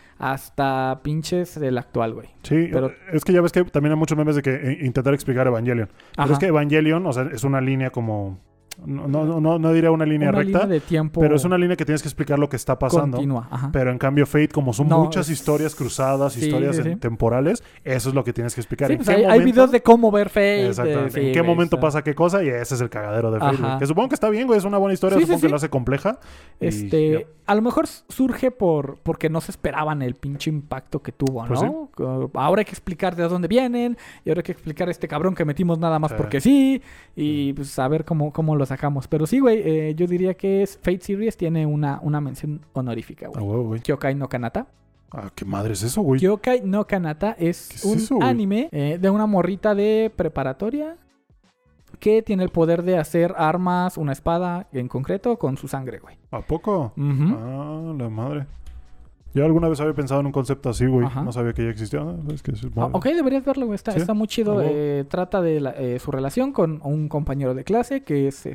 Hasta pinches del actual, güey. Sí, pero es que ya ves que también hay muchos memes de que intentar explicar Evangelion. Pero es que Evangelion, o sea, es una línea como... No diría una línea recta, línea de tiempo, pero es una línea que tienes que explicar lo que está pasando. Continua, pero en cambio Fate, como son muchas historias cruzadas, historias temporales, eso es lo que tienes que explicar. Sí, pues hay videos de cómo ver Fate. Exactamente. En qué momento pasa qué cosa y ese es el cagadero de Fate. Que supongo que está bien, güey. Es una buena historia. Supongo que lo hace compleja. A lo mejor surge porque no se esperaban el pinche impacto que tuvo, ¿no? Pues sí. Ahora hay que explicar de dónde vienen y ahora hay que explicar este cabrón que metimos nada más porque sí y pues a ver cómo lo sacamos. Pero sí, güey, yo diría que Fate Series tiene una mención honorífica, güey. Kyokai no Kanata. ¿Qué madre es eso, güey? Kyokai no Kanata es un anime de una morrita de preparatoria que tiene el poder de hacer armas, una espada en concreto, con su sangre, güey. ¿A poco? La madre. Yo alguna vez había pensado en un concepto así, güey. No sabía que ya existía. Ok, deberías verlo, güey. Está muy chido. Trata de su relación con un compañero de clase que es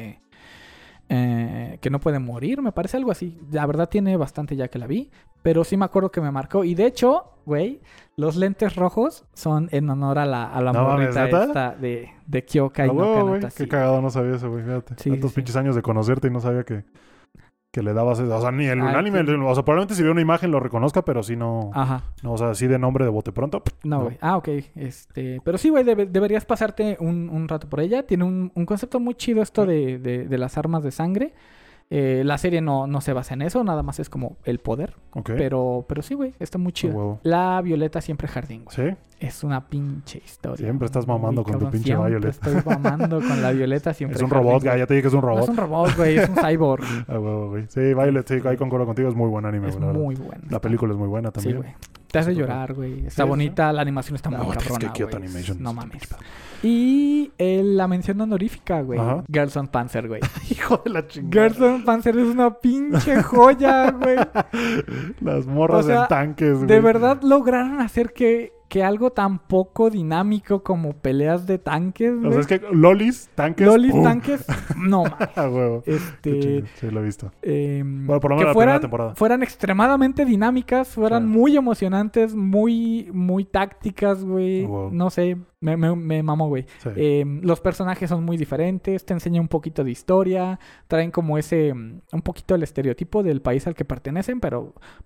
que no puede morir, me parece algo así. La verdad tiene bastante ya que la vi, pero sí me acuerdo que me marcó. Y de hecho, güey, los lentes rojos son en honor a la morrita esta de Kyokai no Kanata. Qué cagado, no sabía eso, güey. Fíjate. Tantos pinches años de conocerte y no sabía que le dabas eso. O sea, ni el anime. O sea, probablemente si veo una imagen lo reconozca, pero sí no. No, o sea, sí de nombre de bote pronto. No, güey. Ok. Pero sí, güey, deberías pasarte un rato por ella. Tiene un concepto muy chido esto de las armas de sangre. La serie no se basa en eso, nada más es como el poder. Pero sí, güey, está muy chido. La Violeta siempre jardín, güey. ¿Sí? Es una pinche historia. Siempre estás mamando con tu pinche Violet. Estoy mamando con la Violeta siempre. Es un robot, güey. Ya te dije que es un robot. No es un robot, güey. Es un cyborg. Güey. Sí, Violet, sí, ahí concuerdo contigo. Es muy buen anime, güey. Es muy bueno. La película es muy buena también. Sí, güey. Te hace llorar, güey. Está bonita. La animación está muy cabrona, güey. No mames. Y la mención honorífica, güey. Girls on Panzer, güey. Hijo de la chingada. Girls on Panzer es una pinche joya, güey. Las morras en tanques, güey. De verdad lograron hacer que algo tan poco dinámico como peleas de tanques, güey. O sea, es que lolis, tanques... tanques, no mames. Huevo. Sí, lo he visto. Bueno, por lo menos la primera temporada. Fueran extremadamente dinámicas, fueran muy emocionantes, muy, muy tácticas, güey. No sé, me mamó, güey. Sí. Los personajes son muy diferentes, te enseñan un poquito de historia, traen como un poquito el estereotipo del país al que pertenecen, pero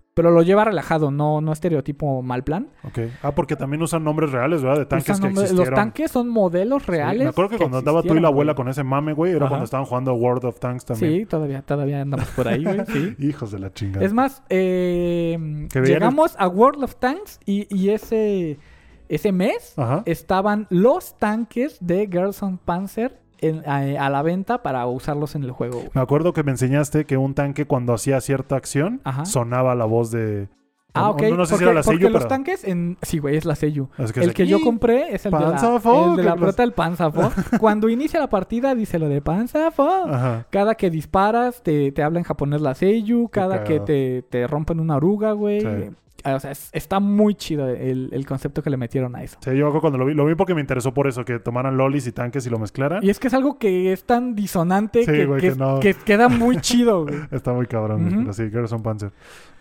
Pero lo lleva relajado, no estereotipo mal plan. Ok. Porque también usan nombres reales, ¿verdad? De tanques que existieron. Los tanques son modelos reales. Sí, me acuerdo que cuando andaba tú y la abuela con ese mame, güey, era cuando estaban jugando World of Tanks también. Sí, todavía andamos por ahí, güey. Sí. Hijos de la chingada. Es más, llegamos a World of Tanks y ese mes estaban los tanques de Girls on Panzer a la venta para usarlos en el juego, güey. Me acuerdo que me enseñaste que un tanque cuando hacía cierta acción sonaba la voz de... ok. No sé si era la Seiyu, porque los tanques Sí, güey, es la Seiyu. El que yo compré es el de la flota del Panzerfaust. Cuando inicia la partida dice lo de Panzerfaust. Cada que disparas te habla en japonés la Seiyu. Cada que te rompen una oruga, güey. Sí. O sea, está muy chido el concepto que le metieron a eso. Sí, yo cuando lo vi porque me interesó por eso, que tomaran lolis y tanques y lo mezclaran. Y es que es algo que es tan disonante que queda muy chido, güey. Está muy cabrón. Así, Girls on Panzer.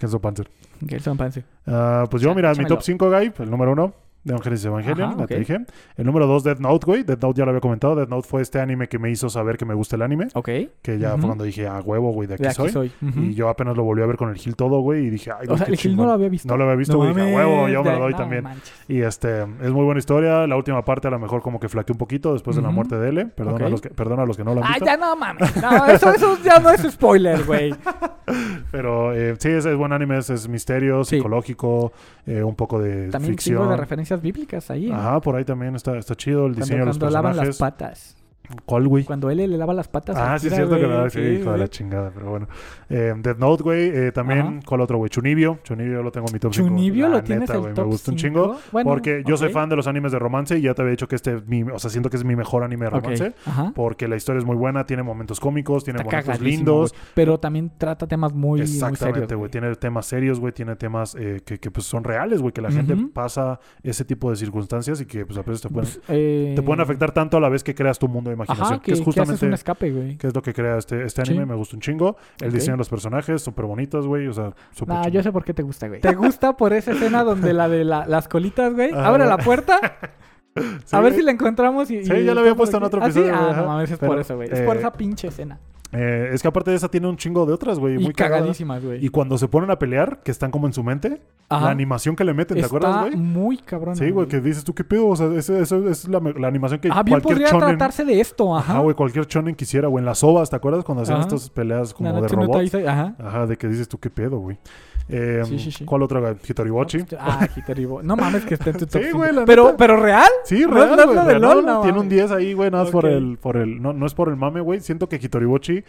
Pues yo, mira, mi top 5, guy, el número 1. Neon Genesis Evangelion, te dije. El número 2, Death Note, güey. Death Note ya lo había comentado. Death Note fue este anime que me hizo saber que me gusta el anime. Ok. Que ya fue cuando dije, huevo, güey, de aquí soy. Y yo apenas lo volví a ver con el Gil todo, güey. Y dije, ay, güey, o sea, el Gil no lo había visto. No lo había visto, güey. Dije, huevo, yo me lo doy también. Manches. Y es muy buena historia. La última parte a lo mejor como que flaqueó un poquito después de la muerte de L. Perdona a los que no lo han visto. Ya no mames. No, eso ya no es spoiler, güey. Pero sí, es buen anime. Es misterio, psicológico, un poco de también ficción. También de referencias bíblicas ahí. Ajá, por ahí también está chido el diseño de los personajes. Cuando lavan las patas. ¿Cuál, güey? Cuando él le lava las patas. Sí, es cierto que lo sí, hijo de la chingada, pero bueno. Death Note, güey, también. ¿Cuál otro, güey? Chunibyo lo tengo en mi top 5. ¿Chunibyo lo tienes en el top 5? Me gusta un chingo. Bueno, porque yo soy fan de los animes de romance y ya te había dicho que siento que es mi mejor anime de romance. Porque la historia es muy buena, tiene momentos cómicos, tiene momentos lindos. Wey. Pero también trata temas muy exactamente, güey. Tiene temas serios, güey. Tiene temas que pues son reales, güey. Que la gente pasa ese tipo de circunstancias y que pues a veces te pueden afectar tanto a la vez que creas tu mundo de imaginación. Que es justamente un escape, güey. Que es lo que crea este anime. Me gusta un chingo. El diseño de los personajes, súper bonitos, güey. O sea, súper chido. Yo sé por qué te gusta, güey. Te gusta por esa escena donde la de las colitas, güey. Abre la puerta. A ver si la encontramos y ya la había puesto en otro episodio. No mames, es por eso, güey. Es por esa pinche escena. Es que aparte de esa tiene un chingo de otras, güey. Muy cagadísimas, güey. Y cuando se ponen a pelear, que están como en su mente, la animación que le meten, ¿te acuerdas, güey? Muy cabrón. Sí, güey, que dices tú, ¿qué pedo? O sea, eso es la animación que bien cualquier podría shonen... tratarse de esto, güey, cualquier shonen quisiera, güey. En las ovas, ¿te acuerdas? Cuando hacían estas peleas como de robots. De que dices tú, ¿qué pedo, güey? Sí. ¿Cuál otro, güey? Hitoribochi. Hitoribochi. No mames que esté en tu top. Sí, güey, ¿Pero real? Sí, real, no, güey. De LOL, no, tiene un 10 ahí, güey. Nada más por el... No es por el mame, güey. Siento que Hitoribochi...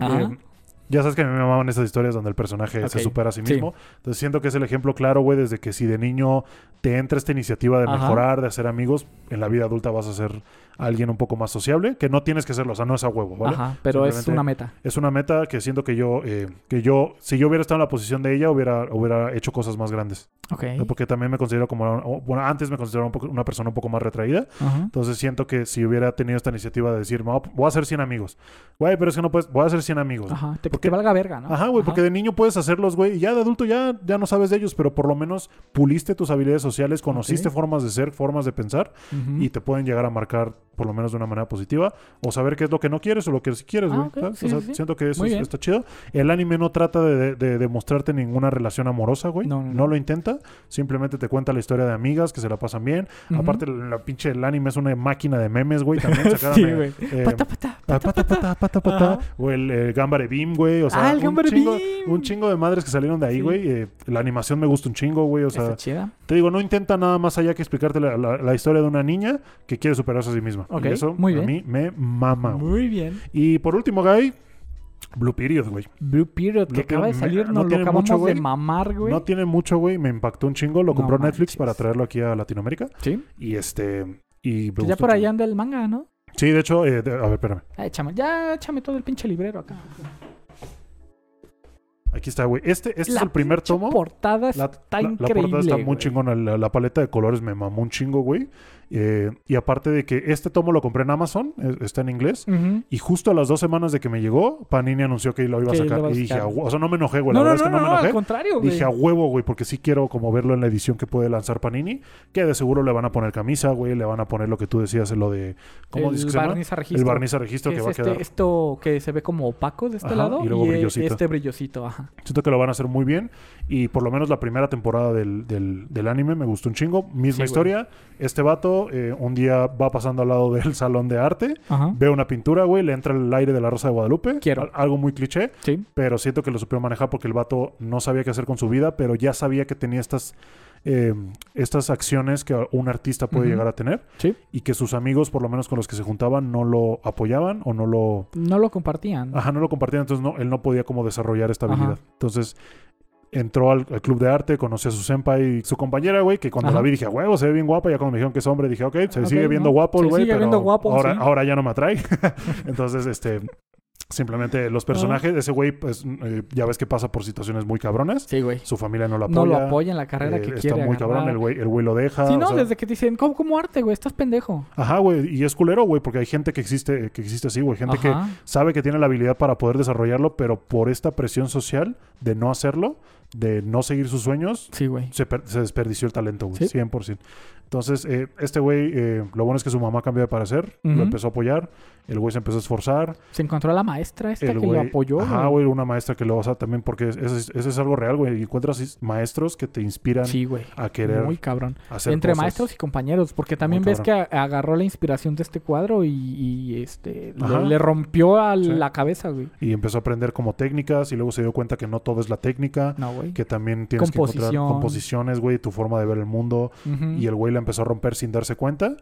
ya sabes que a mí me mamaban esas historias donde el personaje se supera a sí mismo. Entonces siento que es el ejemplo claro, güey, desde que si de niño te entra esta iniciativa de mejorar, de hacer amigos, en la vida adulta vas a ser alguien un poco más sociable, que no tienes que serlo, o sea, no es a huevo, ¿vale? Pero es una meta. Es una meta que siento que yo, si yo hubiera estado en la posición de ella, hubiera hecho cosas más grandes. Porque también me considero antes me consideraba una persona un poco más retraída. Entonces siento que si hubiera tenido esta iniciativa de decir, voy a hacer 100 amigos. Güey, pero es que no puedes, voy a hacer 100 amigos. Porque valga verga, ¿no? Güey, porque de niño puedes hacerlos, güey, y ya de adulto ya no sabes de ellos, pero por lo menos puliste tus habilidades sociales, conociste formas de ser, formas de pensar, y te pueden llegar a marcar por lo menos de una manera positiva, o saber qué es lo que no quieres o lo que sí quieres, güey. Siento que eso está chido. El anime no trata de demostrarte ninguna relación amorosa, güey. No lo intenta. Simplemente te cuenta la historia de amigas que se la pasan bien. Aparte, el anime es una máquina de memes, güey. También sacaron güey. Pata. O el Gambare Beam, güey. O sea, un chingo de madres que salieron de ahí, güey. La animación me gusta un chingo, güey. O sea, está chida. Te digo, no intenta nada más allá que explicarte la historia de una niña que quiere superarse a sí misma. Y eso a mí me mama. Muy bien. Y por último, guy, Blue Period, güey. Blue Period, que acaba de salir, no lo acabamos mucho, de mamar, güey. No tiene mucho, güey. Me impactó un chingo. Lo compró Netflix para traerlo aquí a Latinoamérica. Sí. Y ya por ahí anda el manga, ¿no? Sí, de hecho, a ver, espérame. Échame todo el pinche librero acá. Aquí está, güey. Este es el primer tomo. Portada está increíble. La portada está muy chingona. La paleta de colores me mamó un chingo, güey. Y aparte de que este tomo lo compré en Amazon, está en inglés, y justo a las 2 semanas de que me llegó, Panini anunció que lo iba a sacar. Y dije, o sea, no me enojé, güey. La verdad es que no me enojé. Al contrario, güey. Dije, a huevo, güey, porque sí quiero como verlo en la edición que puede lanzar Panini, que de seguro le van a poner camisa, güey, le van a poner lo que tú decías, lo de... ¿Cómo dices que se llama? El barniz a registro que va a quedar. Esto que se ve como opaco de este lado y luego brillosito. Este brillosito, ajá. Siento que lo van a hacer muy bien y por lo menos la primera temporada del anime me gustó un chingo. Misma historia. Este vato un día va pasando al lado del salón de arte, ve una pintura, güey, le entra el aire de la Rosa de Guadalupe. Algo muy cliché, pero siento que lo supieron manejar porque el vato no sabía qué hacer con su vida, pero ya sabía que tenía estas acciones que un artista puede llegar a tener y que sus amigos, por lo menos con los que se juntaban, no lo apoyaban o no lo compartían. Ajá, no lo compartían, entonces él no podía como desarrollar esta habilidad. Entonces entró al club de arte, conoció a su senpai y su compañera, güey, que cuando la vi dije, huevo, se ve bien guapa. Ya cuando me dijeron que es hombre, dije, ok, se sigue viendo guapo el güey, pero ahora ya no me atrae. Entonces, simplemente los personajes de ese güey, pues ya ves que pasa por situaciones muy cabronas. Sí, güey. Su familia no lo apoya. No lo apoya en la carrera que quiere. Está muy cabrón, el güey lo deja. Sí, no, desde que te dicen, ¿cómo arte, güey? Estás pendejo. Ajá, güey. Y es culero, güey, porque hay gente que existe así, güey. Gente que sabe que tiene la habilidad para poder desarrollarlo, pero por esta presión social de no hacerlo, de no seguir sus sueños, se desperdició el talento, güey. 100%. Entonces, este güey, lo bueno es que su mamá cambió de parecer, lo empezó a apoyar, el güey se empezó a esforzar. Se encontró a la maestra que lo apoyó. Ajá, güey, una maestra que lo, o sea, también porque eso es algo real, güey. Encuentras maestros que te inspiran a querer muy cabrón. hacer entre cosas. Maestros y compañeros, porque también ves que agarró la inspiración de este cuadro y le rompió a la cabeza, güey. Y empezó a aprender como técnicas y luego se dio cuenta que no todo es la técnica, que también tienes que encontrar composiciones, güey, tu forma de ver el mundo. Y el güey la empezó a romper sin darse cuenta.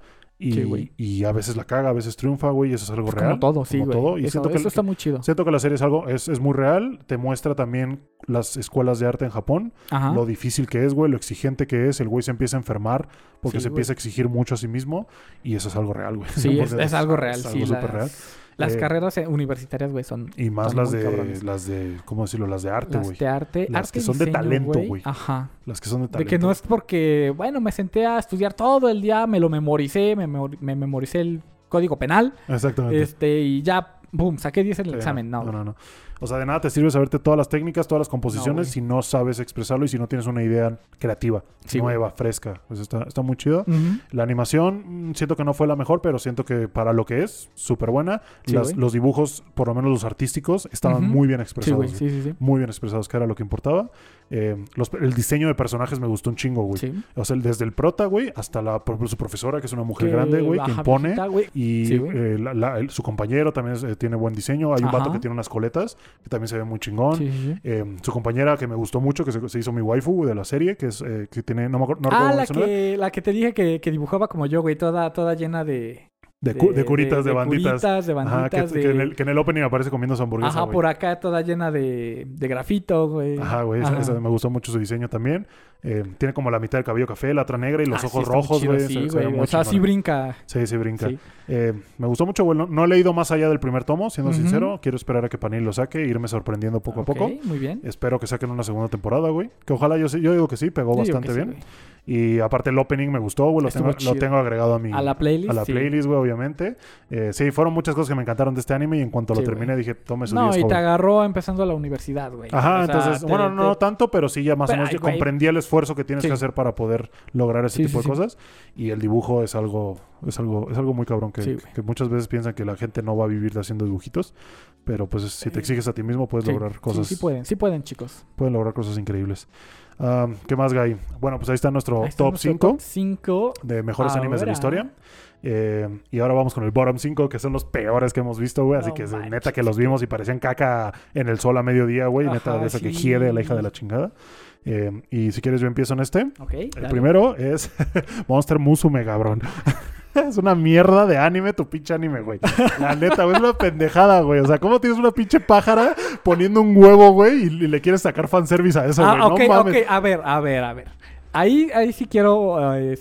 Y a veces la caga, a veces triunfa, güey, y eso es algo real. Como todo, sí, güey. Y eso está muy chido. Siento que la serie es muy real. Te muestra también las escuelas de arte en Japón. Lo difícil que es, güey, lo exigente que es. El güey se empieza a enfermar porque se empieza a exigir mucho a sí mismo. Y eso es algo real, güey. Sí, es algo real, es algo súper real. Las carreras universitarias, güey, son... Y más las de... ¿Cómo decirlo? Las de arte, güey. Las de arte. Las que son de talento, güey. Ajá. Las que son de talento. De que no es porque... Bueno, me senté a estudiar todo el día, me lo memoricé, me memoricé el código penal. Exactamente. Y ya, boom, saqué 10 en el examen. No. O sea, de nada te sirve saberte todas las técnicas, todas las composiciones si no sabes expresarlo y si no tienes una idea creativa, nueva, fresca. Pues está muy chido. La animación, siento que no fue la mejor, pero siento que para lo que es, súper buena. Los dibujos, por lo menos los artísticos, estaban muy bien expresados. Sí. Muy bien expresados, que era lo que importaba. El diseño de personajes me gustó un chingo, güey. O sea, desde el prota, güey, hasta su profesora, que es una mujer grande, güey, que impone. Y su compañero también tiene buen diseño. Hay un vato que tiene unas coletas, que también se ve muy chingón. Su compañera, que me gustó mucho, que se hizo mi waifu de la serie, que es que tiene... No recuerdo la que te dije que dibujaba como yo, güey, toda llena de curitas, de banditas. Ajá, que en el opening aparece comiendo su hamburguesa, Ajá, güey. Por acá toda llena de grafito, güey. Ajá, güey. Esa me gustó mucho su diseño también. Tiene como la mitad del cabello café, la otra negra y los ojos rojos, güey. Sí, güey. O sea, sí brinca. Sí brinca. Sí. Me gustó mucho, güey. No he leído más allá del primer tomo, siendo sincero. Quiero esperar a que Panini lo saque e irme sorprendiendo poco a poco. Muy bien. Espero que saquen una segunda temporada, güey. Que ojalá, yo digo que sí, pegó bastante bien. Y aparte el opening me gustó, güey. Lo tengo agregado a la playlist. A la playlist, güey, obviamente. Sí, fueron muchas cosas que me encantaron de este anime y en cuanto lo terminé dije, tome su 10, No, y te agarró empezando la universidad, güey. Ajá, entonces, no tanto, pero sí ya más o menos comprendí el esfuerzo que tienes que hacer para poder lograr ese tipo de cosas. Y el dibujo es algo muy cabrón que muchas veces piensan que la gente no va a vivir haciendo dibujitos. Pero pues si te exiges a ti mismo puedes lograr cosas. Sí pueden, chicos. Pueden lograr cosas increíbles. ¿Qué más, Guy? Bueno, pues ahí está nuestro top 5 de mejores animes de la historia. Y ahora vamos con el bottom 5, que son los peores que hemos visto, güey. Así que neta que los vimos y parecían caca en el sol a mediodía, güey. Neta de esa que hiede la hija de la chingada. Y si quieres yo empiezo en este. El primero es Monster Musume, cabrón. Es una mierda de anime, tu pinche anime, güey. La neta, güey, es una pendejada, güey. O sea, ¿cómo tienes una pinche pájara poniendo un huevo, güey, y le quieres sacar fanservice a eso, güey? No mames. A ver. Ahí sí quiero,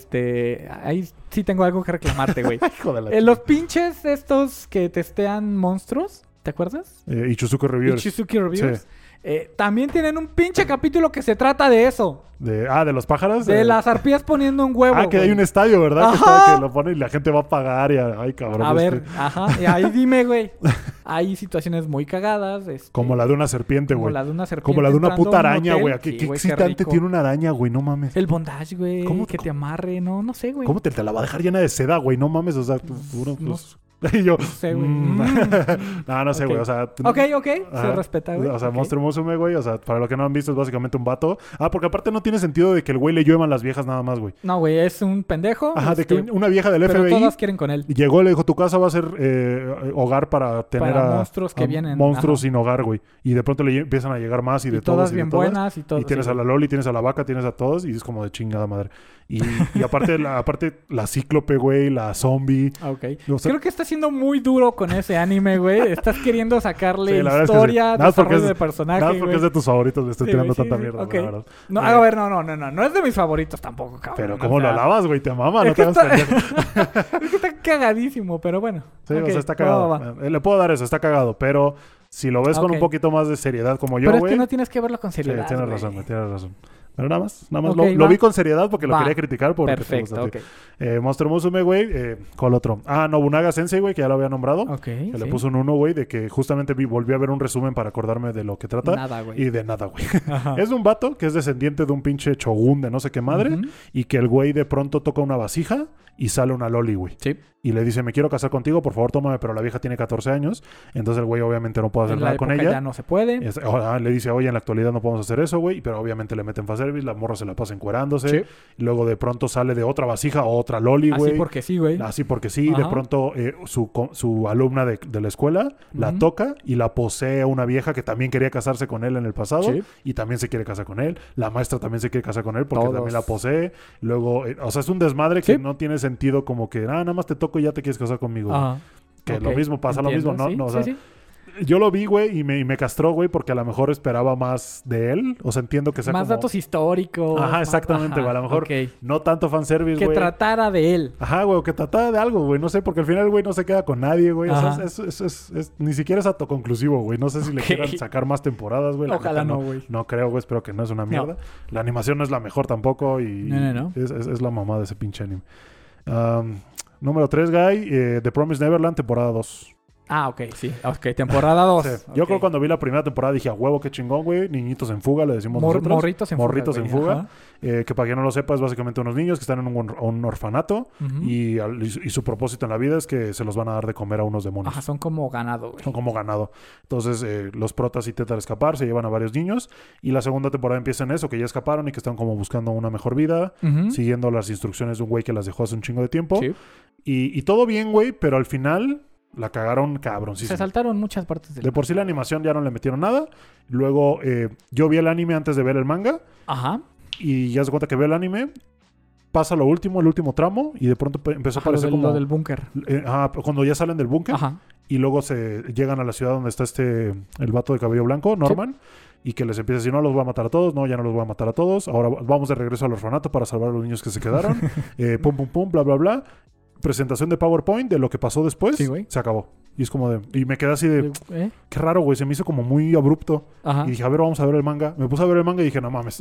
ahí sí tengo algo que reclamarte, güey. Los pinches estos que testean monstruos, ¿te acuerdas? Ichizuki Reviewers. Sí. También tienen un pinche capítulo que se trata de eso. ¿De los pájaros? De las arpías poniendo un huevo. Que hay un estadio, ¿verdad? Que lo pone y la gente va a pagar ay, cabrón. A ver, y ahí dime, güey. Hay situaciones muy cagadas. Como la de una serpiente, güey. Como la de una serpiente. Como la de una puta araña, güey. Sí, ¿Qué excitante tiene una araña, güey? No mames. El bondage, güey. Que te amarre. No sé, güey. ¿Cómo te la va a dejar llena de seda, güey? No mames, o sea, y yo... No sé, güey. No sé, güey. O sea... Ok. Se respeta, güey. O sea, Monster Musume, güey. O sea, para lo que no han visto, es básicamente un vato. Porque aparte no tiene sentido de que el güey le lluevan las viejas nada más, güey. No, güey. Es un pendejo. De que una vieja del FBI... Pero todas quieren con él. Llegó y le dijo, tu casa va a ser hogar para tener monstruos que vienen. Monstruos sin hogar, güey. Y de pronto le empiezan a llegar más y de todas. Todas bien buenas y todas. Y tienes a la Loli, tienes a la vaca, tienes a todos. Y es como de chingada madre. Y aparte la cíclope, güey, la zombie. Ok. O sea, creo que está siendo muy duro con ese anime, güey. Estás queriendo sacarle historia, desarrollo de personaje, nada porque es de tus favoritos, le estoy tirando tanta mierda, okay. La verdad. No, a ver, no es de mis favoritos tampoco, cabrón. Pero ¿cómo lo alabas, güey? Te mama, no te vas a es que está cagadísimo, pero bueno. Sí, o sea, está cagado. Le puedo dar eso, está cagado, pero si lo ves con un poquito más de seriedad como yo, güey... Pero es que no tienes que verlo con seriedad, sí, tienes razón, güey, tienes razón. Pero nada más lo vi con seriedad porque lo quería criticar. Perfecto, ok. Monster Musume, güey. ¿Cuál otro? Nobunaga Sensei, güey, que ya lo había nombrado. Ok, que le puso un 1, güey, de que justamente volví a ver un resumen para acordarme de lo que trata. Nada, güey. Y de nada, güey. Es de un vato que es descendiente de un pinche shogun de no sé qué madre. Y que el güey de pronto toca una vasija y sale una loli, güey. Sí. Y le dice, me quiero casar contigo, por favor, tómame. Pero la vieja tiene 14 años. Entonces el güey obviamente no puede hacer nada con ella. Ya no se puede. Le dice, oye, en la actualidad no podemos hacer eso, güey. Pero obviamente le meten fanservice, la morra se la pasa encuerándose. Sí. Y luego de pronto sale de otra vasija otra loli, güey. Así porque sí, güey. Así porque sí. Ajá. De pronto su alumna de la escuela la toca y la posee a una vieja que también quería casarse con él en el pasado. Sí. Y también se quiere casar con él. La maestra también se quiere casar con él porque también la posee. Luego, o sea, es un desmadre que no tiene sentido como que, nada más te toco y ya te quieres casar conmigo. Que lo mismo pasa, entiendo, lo mismo, ¿no? Sí, o sea, yo lo vi, güey, y me castró, güey, porque a lo mejor esperaba más de él. O sea, entiendo que sea más como... datos históricos. Ajá, exactamente, güey. A lo mejor no tanto fanservice, güey. Que tratara de él. Ajá, güey, que tratara de algo, güey. No sé, porque al final, güey, no se queda con nadie, güey. O sea, ni siquiera es autoconclusivo, güey. No sé si le quieran sacar más temporadas, güey. Ojalá no, güey. No creo, güey. Espero que no es una mierda. No. La animación no es la mejor tampoco y... No. Es la mamá de ese pinche anime. Número 3, Guy. The Promised Neverland, temporada 2. Ok, sí. Ok, temporada 2. Sí. Yo creo que cuando vi la primera temporada dije, a huevo, qué chingón, güey. Niñitos en fuga, le decimos nosotros. Morritos en fuga. Que para quien no lo sepa, es básicamente unos niños que están en un orfanato. Y su propósito en la vida es que se los van a dar de comer a unos demonios. Ajá, son como ganado, güey. Son como ganado. Entonces, los protas intentan escapar, se llevan a varios niños. Y la segunda temporada empieza en eso, que ya escaparon y que están como buscando una mejor vida. Siguiendo las instrucciones de un güey que las dejó hace un chingo de tiempo. Sí. Y todo bien, güey, pero al final... La cagaron cabroncísimo. Se saltaron muchas partes de por sí la animación ya no le metieron nada. Luego, yo vi el anime antes de ver el manga. Ajá. Y ya se cuenta que veo el anime. Pasa el último tramo. Y de pronto empezó a aparecer como... Lo del búnker. Cuando ya salen del búnker. Ajá. Y luego se llegan a la ciudad donde está el vato de cabello blanco, Norman. Sí. Y que les empieza a decir, no los voy a matar a todos. No, ya no los voy a matar a todos. Ahora vamos de regreso al orfanato para salvar a los niños que se quedaron. Pum, bla, bla, bla. Presentación de PowerPoint de lo que pasó después, sí, se acabó. Y es como de... Y me quedé así de... Qué raro, güey. Se me hizo como muy abrupto. Ajá. Y dije, a ver, vamos a ver el manga. Me puse a ver el manga y dije, no mames.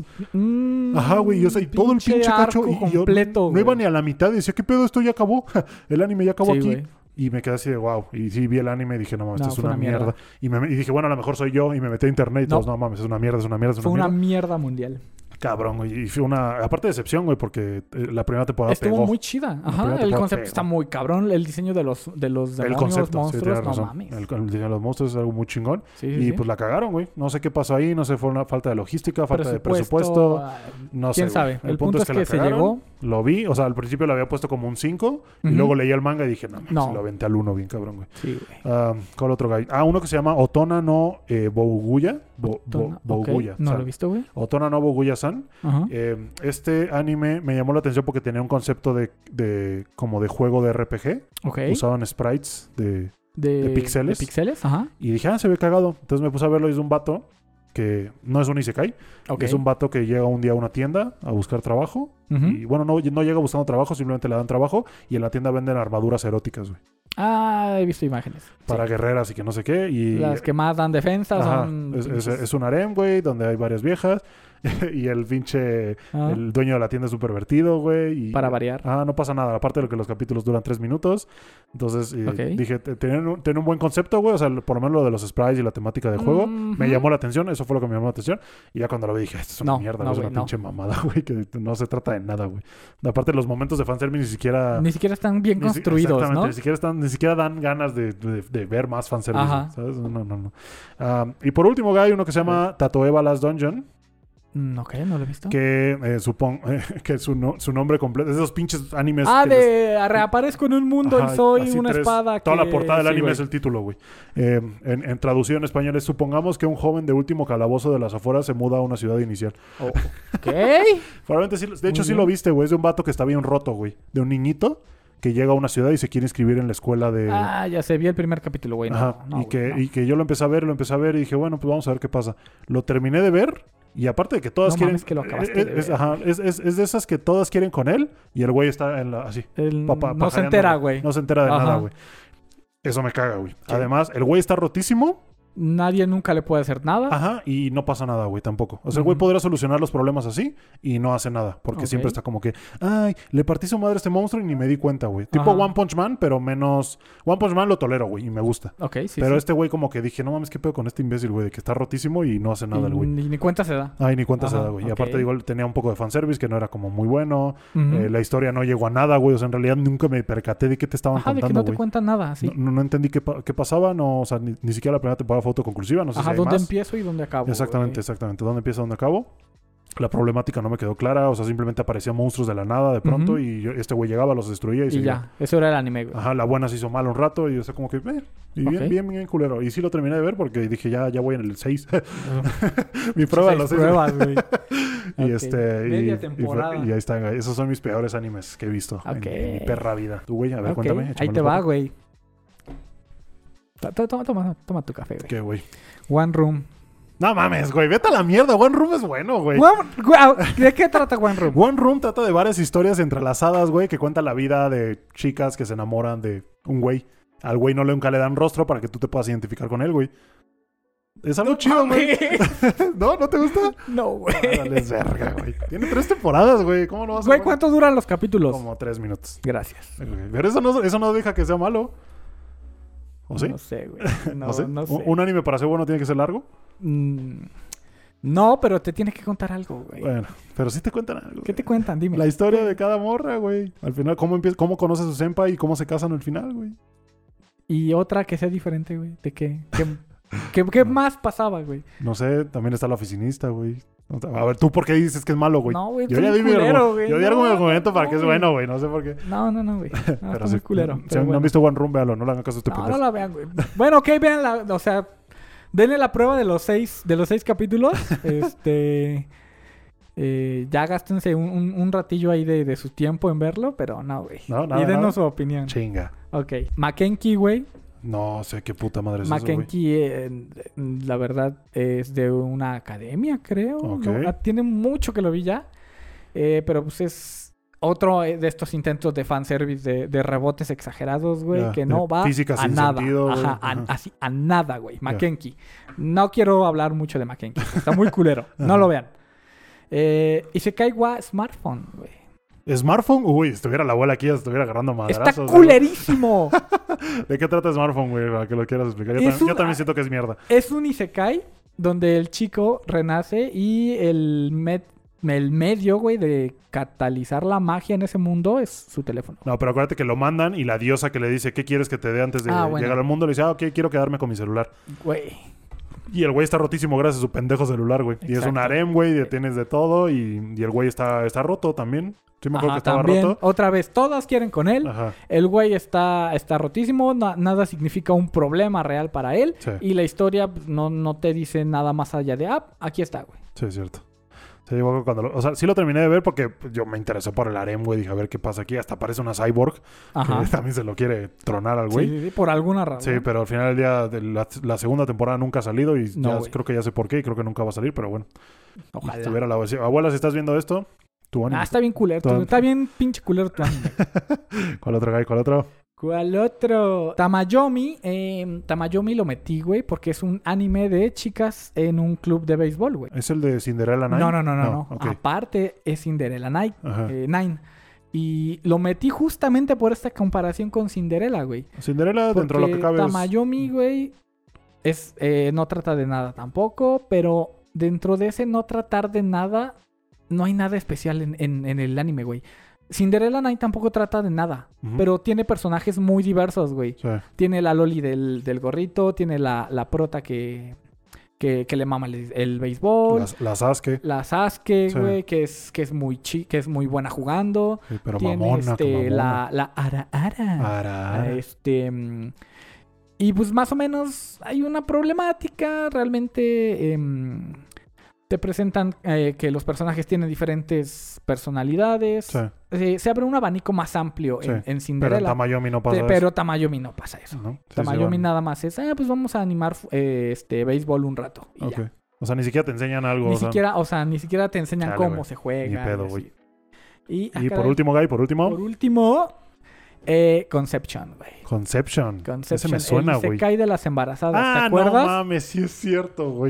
Ajá, güey. Yo sé, todo el pinche cacho. Y yo no iba ni a la mitad. Y decía, ¿qué pedo? Esto ya acabó. El anime ya acabó aquí. Wey. Y me quedé así de wow. Y sí, vi el anime y dije, no mames, esto es una mierda. Y dije, bueno, a lo mejor soy yo. Y me metí a internet y todos, no mames, es una mierda. Fue una mierda mundial. Cabrón, güey. Y fue una... Aparte de decepción, güey, porque la primera temporada estuvo muy chida. Ajá, el concepto está muy cabrón. El diseño de los demonios, monstruos, sí, no mames. El diseño de los monstruos es algo muy chingón. Sí, pues la cagaron, güey. No sé qué pasó ahí. No sé, fue una falta de logística, falta de presupuesto. No sé, ¿quién sabe? El punto es que se llegó. Lo vi. O sea, al principio le había puesto como un 5. Y luego leí el manga y dije, no. Se lo aventé al 1 bien cabrón, güey. Sí, güey. ¿Cuál otro guy? Uno que se llama Otona no Bouguya. Bouguya. No lo he visto, güey. Otona no Bouguya-san. Ajá. Este anime me llamó la atención porque tenía un concepto como de juego de RPG. Okay. Usaban sprites de píxeles. De píxeles, ajá. Y dije, se ve cagado. Entonces me puse a verlo y es un vato que no es un isekai. Okay. Es un vato que llega un día a una tienda a buscar trabajo. Y bueno, no llega buscando trabajo, simplemente le dan trabajo. Y en la tienda venden armaduras eróticas, güey. Ah, he visto imágenes. Para guerreras y que no sé qué. Y las que más dan defensa son... Es un harem, güey, donde hay varias viejas. Y el pinche... El dueño de la tienda es súper vertido, güey. Para variar. No pasa nada. Aparte de que los capítulos duran 3 minutos. Entonces, dije, tienen un buen concepto, güey. O sea, por lo menos lo de los sprites y la temática del juego. Me llamó la atención. Eso fue lo que me llamó la atención. Y ya cuando lo vi dije, esto es una mierda. Es una pinche mamada, güey. Que no se trata de nada, güey. Aparte, los momentos de fanservice ni siquiera... Ni siquiera están bien construidos, exactamente, ¿no? Ni siquiera dan ganas de ver más fanservice, ¿sabes? No. Y por último, hay uno que se llama Tatoeba Last Dungeon. Ok, no lo he visto. Que supongo que su nombre completo es de esos pinches animes. Reaparezco en un mundo y soy una espada. Toda la portada del anime es el título, güey. En traducción en español es: supongamos que un joven de último calabozo de las afueras se muda a una ciudad inicial. Ok. Probablemente sí, de hecho, sí lo viste, güey. Es de un vato que está bien roto, güey. De un niñito que llega a una ciudad y se quiere inscribir en la escuela de... ya sé, vi el primer capítulo, güey. Y que yo lo empecé a ver y dije, bueno, pues vamos a ver qué pasa. Lo terminé de ver y aparte de que todas quieren... Mames, que lo acabaste de ver. Es de esas que todas quieren con él y el güey está así. No se entera, güey. No se entera de nada, güey. Eso me caga, güey. Además, el güey está rotísimo. Nadie nunca le puede hacer nada. Y no pasa nada, güey, tampoco. O sea, el güey podrá solucionar los problemas así y no hace nada. Porque siempre está como que, le partí su madre a este monstruo y ni me di cuenta, güey. Tipo One Punch Man, pero menos... One Punch Man lo tolero, güey, y me gusta. Pero este güey como que dije, no mames, qué pedo con este imbécil, güey, de que está rotísimo y no hace nada el güey. Ni cuenta se da. Ni cuenta se da, güey. Y aparte, igual tenía un poco de fanservice que no era como muy bueno. La historia no llegó a nada, güey. O sea, en realidad nunca me percaté de qué te estaban contando, de que no te cuentan nada, sí. No entendí qué pasaba. No, o sea, ni siquiera la primera temporada fue autoconclusiva. No sé si hay ¿dónde más. empiezo y dónde acabo? Exactamente. ¿Dónde empiezo y dónde acabo? La problemática no me quedó clara. O sea, simplemente aparecían monstruos de la nada de pronto y este güey llegaba, los destruía y ya. Eso era el anime, güey. La buena se hizo mal un rato y yo como que... bien culero. Y sí lo terminé de ver porque dije, ya voy en el 6. Mi prueba de los 6 pruebas, güey. Media temporada. Y ahí están, güey. Esos son mis peores animes que he visto en mi perra vida. Tú, güey, a ver, cuéntame. Ahí te va, güey. Toma tu café, güey. ¿Qué, güey? One Room. No mames, güey. Vete a la mierda. One Room es bueno, güey. ¿De qué trata One Room? One Room trata de varias historias entrelazadas, güey, que cuenta la vida de chicas que se enamoran de un güey. Al güey nunca le dan rostro para que tú te puedas identificar con él, güey. Es algo chido, güey. ¿No te gusta? No, güey. Dale verga, güey. Tiene 3 temporadas, güey. ¿Cómo lo vas a ver? Güey, ¿cuánto duran los capítulos? Como 3 minutos. Gracias. Pero eso no deja que sea malo. ¿O sí? No sé, güey. No sé. sé. ¿Un anime para ser bueno tiene que ser largo? No, pero te tienes que contar algo, güey. Bueno, pero sí te cuentan algo. ¿Qué te cuentan? Dime. La historia de cada morra, güey. Al final, cómo conoce a su senpai y cómo se casan al final, güey. Y otra que sea diferente, güey. ¿De qué? ¿Qué más pasaba, güey? No sé, también está la oficinista, güey. A ver, ¿tú por qué dices que es malo, güey? No, güey, yo ya di mi argumento para que es bueno, güey. No sé por qué. No, güey. No, pero sí, culero. Si no han visto One Room, véanlo. No le hagan caso a este pendejo. No la vean, güey. Bueno, ok, véanla. O sea, denle la prueba de los 6 capítulos. Ya gástense un ratillo ahí de su tiempo en verlo, pero no, güey. Y denos su opinión. Chinga. Ok. Mackenzie, güey. No sé qué puta madre es eso, güey. Mackenzie, la verdad, es de una academia, creo. Okay. ¿No? Tiene mucho que lo vi ya. Pero pues es otro de estos intentos de fanservice de rebotes exagerados, güey, que no va a nada. Sentido, así a nada, güey. Mackenzie. No quiero hablar mucho de Mackenzie. Está muy culero. No lo vean. Y se cae Smartphone, güey. ¿Smartphone? Uy, estuviera la abuela aquí, ya estuviera agarrando madrazos. ¡Está culerísimo! ¿De qué trata Smartphone, güey? Para que lo quieras explicar. Yo también siento que es mierda. Es un isekai donde el chico renace y el medio, güey, de catalizar la magia en ese mundo es su teléfono. No, pero acuérdate que lo mandan y la diosa que le dice, ¿qué quieres que te dé antes de llegar al mundo? Le dice, ok, quiero quedarme con mi celular. Güey. Y el güey está rotísimo gracias a su pendejo celular, güey. Exacto. Y es un harem, güey, tienes de todo y el güey está roto también. Sí me acuerdo que estaba roto. Otra vez, todas quieren con él. Ajá. El güey está rotísimo. Nada significa un problema real para él. Sí. Y la historia no te dice nada más allá de, aquí está, güey. Sí, es cierto. Sí, o sea, sí lo terminé de ver porque yo me interesó por el harem, güey. Dije, a ver qué pasa aquí. Hasta aparece una cyborg. Ajá. Que también se lo quiere tronar al güey. Sí, por alguna razón. Sí, pero al final del día, la segunda temporada nunca ha salido. Y creo que ya sé por qué. Y creo que nunca va a salir, pero bueno. Ojalá. Estuviera abuela, si estás viendo esto, tu anime. Está bien culero. Está bien pinche culero tu anime. ¿Cuál otro, güey? ¿Cuál otro? ¿Cuál otro? Tamayomi. Tamayomi lo metí, güey, porque es un anime de chicas en un club de béisbol, güey. ¿Es el de Cinderella Night? No. Okay. Aparte, es Cinderella Night. Nine. Y lo metí justamente por esta comparación con Cinderella, güey. Cinderella, dentro de lo que cabe, Tamayomi, güey, no trata de nada tampoco, pero dentro de ese no tratar de nada, no hay nada especial en el anime, güey. Cinderella Night tampoco trata de nada, pero tiene personajes muy diversos, güey. Sí. Tiene la loli del gorrito, tiene la prota que le mama el béisbol. La Sasuke. La Sasuke, güey, sí. que es muy buena jugando. Sí, pero tiene mamona, la Ara. Y pues más o menos hay una problemática. Realmente te presentan que los personajes tienen diferentes personalidades. Sí. Se abre un abanico más amplio en Cinderella. Pero en Tamayomi no pasa eso. Pero Tamayomi no pasa eso. ¿No? Tamayomi nada más es, pues vamos a animar béisbol un rato. Y ya. O sea, ni siquiera te enseñan algo. Ni siquiera te enseñan cómo se juega. Ni pedo, güey. Y por último, Guy, Por último, Conception, güey. Conception. Ese me suena, güey. Se cae de las embarazadas, ¿te acuerdas? No mames, sí es cierto, güey.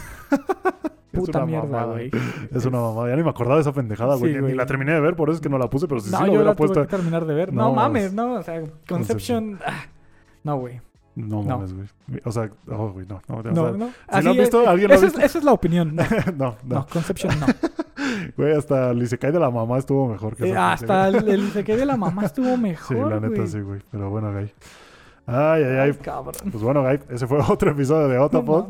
Puta mierda, güey. Es una mamada. Ya ni me acordaba de esa pendejada, güey. Sí, ni la terminé de ver, por eso es que no la puse, pero sí lo hubiera puesto. No, yo la tuve que terminar de ver. No mames, no. O sea, Conception... no, güey. No mames, güey. O sea, güey, no. No. Si lo han visto, alguien lo ha visto. Esa es la opinión. No, Conception no. Güey, hasta el Isekai de la mamá estuvo mejor que esa. Hasta el Isekai de la mamá estuvo mejor, sí, la neta sí, güey. Pero bueno, güey. Ay. Cabrón. Pues bueno, guys, ese fue otro episodio de Otapod.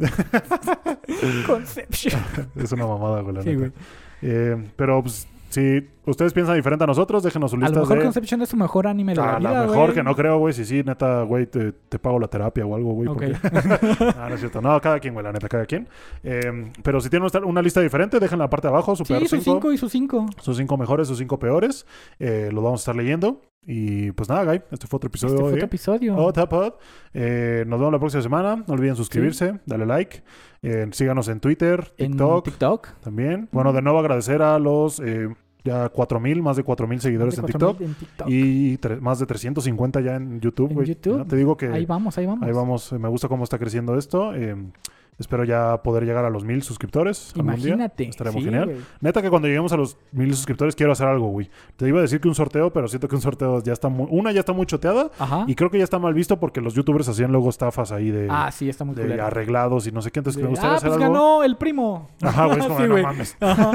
Conception. Es una mamada, güey, la neta. Güey. Pero, pues, si ustedes piensan diferente a nosotros, déjenos su lista. A lo mejor Conception es su mejor anime de la vida, güey. A lo mejor, que no creo, güey. Si neta, güey, te pago la terapia o algo, güey. Okay. Porque... no es cierto. No, cada quien, güey, la neta, cada quien. Pero si tienen una lista diferente, déjenla en la parte de abajo. Sus 5 y sus 5. Sus 5 mejores, sus 5 peores. Los vamos a estar leyendo. Y pues nada, Guy, este fue otro episodio. Otapod. Nos vemos la próxima semana. No olviden suscribirse, darle like. Síganos en Twitter, TikTok. También. Bueno, de nuevo agradecer a los ya 4,000, más de 4,000 seguidores en TikTok. Y más de 350 ya en YouTube, güey. Te digo que... Ahí vamos. Me gusta cómo está creciendo esto. Espero ya poder llegar a los 1,000 suscriptores. Imagínate. Estaremos genial. Wey. Neta que cuando lleguemos a los 1,000 suscriptores quiero hacer algo, güey. Te iba a decir que un sorteo, pero siento que un sorteo ya está ya está muy choteada. Ajá. Y creo que ya está mal visto porque los youtubers hacían luego estafas ahí de... sí, está muy culero. Arreglados y no sé qué. Entonces me gustaría hacer pues algo... ganó el primo. Ajá, güey. Es como, no mames. Ajá.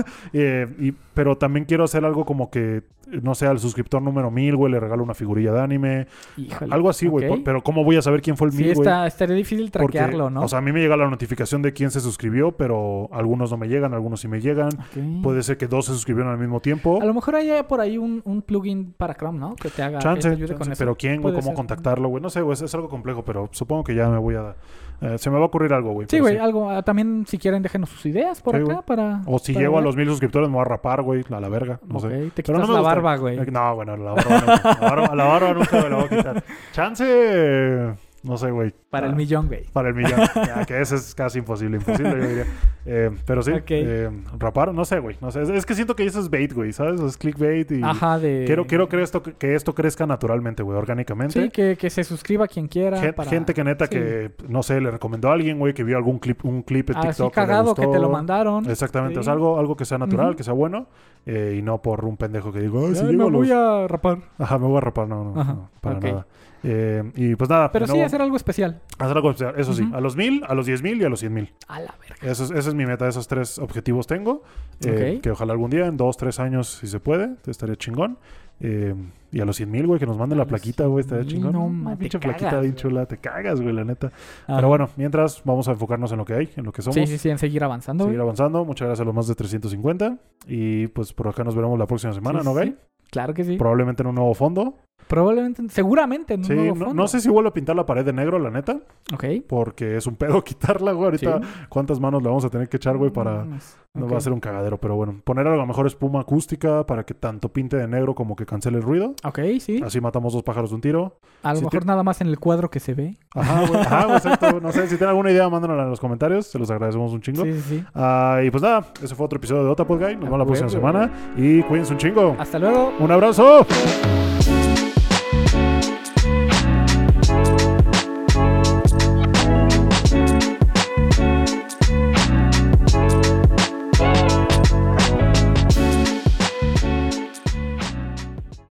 Pero también quiero hacer algo como que, no sé, al suscriptor número 1,000, güey, le regalo una figurilla de anime. Híjole. Algo así, güey. Okay. Pero ¿cómo voy a saber quién fue el 1,000, güey? Sí, estaría difícil traquearlo, porque, ¿no? O sea, a mí me llega la notificación de quién se suscribió, pero algunos no me llegan, algunos sí me llegan. Okay. Puede ser que 2 se suscribieron al mismo tiempo. A lo mejor hay por ahí un plugin para Chrome, ¿no? Que te haga... Chance, que te ayude con eso. Pero ¿quién, güey? ¿Cómo contactarlo, güey? No sé, güey. Es algo complejo, pero supongo que ya me voy a... se me va a ocurrir algo, güey. Sí, güey. Algo. También, si quieren, déjenos sus ideas por acá güey. para... O si llego a los 1,000 suscriptores, me voy a rapar, güey. A la verga. No sé. Te quitas la barba, güey. No, bueno, la barba nunca me la voy a quitar. Chance... No sé, güey. Para el millón, güey. Para el millón. Que ese es casi imposible, yo diría. Pero sí, rapar, no sé, güey. No sé. Es que siento que eso es bait, güey, ¿sabes? Es clickbait y... Ajá, Quiero que esto crezca naturalmente, güey, orgánicamente. Sí, que se suscriba quien quiera. Gente que neta que, no sé, le recomendó a alguien, güey, que vio un clip en TikTok. Así cagado que te lo mandaron. Exactamente. Sí. O sea, algo que sea natural, que sea bueno. Y no por un pendejo que digo, sí, me voy a rapar. Ajá, me voy a rapar. No, para nada. Y pues nada. Pero sí, hacer algo especial. Hacer algo especial, eso sí. A los 1,000, a los 10,000 y a los 100,000. A la verga. Esa es mi meta. Esos 3 objetivos tengo. Que ojalá algún día, en 2-3 años, si se puede, estaría chingón. Y a los 100,000, güey, que nos manden la plaquita, güey, estaría chingón. No, pinche plaquita bien chula. Te cagas, güey, la neta. Pero bueno, mientras vamos a enfocarnos en lo que hay, en lo que somos. Sí, en seguir avanzando. Muchas gracias a los más de 350. Y pues por acá nos veremos la próxima semana, ¿no, Guy? Claro que sí. Probablemente en un nuevo fondo. Seguramente en un nuevo fondo. No sé si vuelvo a pintar la pared de negro, la neta. Ok. Porque es un pedo quitarla, güey. Ahorita, ¿cuántas manos le vamos a tener que echar, güey? Para... No va a ser un cagadero, pero bueno. Poner a lo mejor espuma acústica para que tanto pinte de negro como que cancele el ruido. Ok, sí. Así matamos 2 pájaros de un tiro. A lo mejor nada más en el cuadro que se ve. Ajá, güey. Exacto. No sé, si tienen alguna idea, mándenla en los comentarios. Se los agradecemos un chingo. Sí. Y pues nada, ese fue otro episodio de Otapod, Guy. Nos vemos la próxima semana. Y cuídense un chingo. Hasta luego. Un abrazo.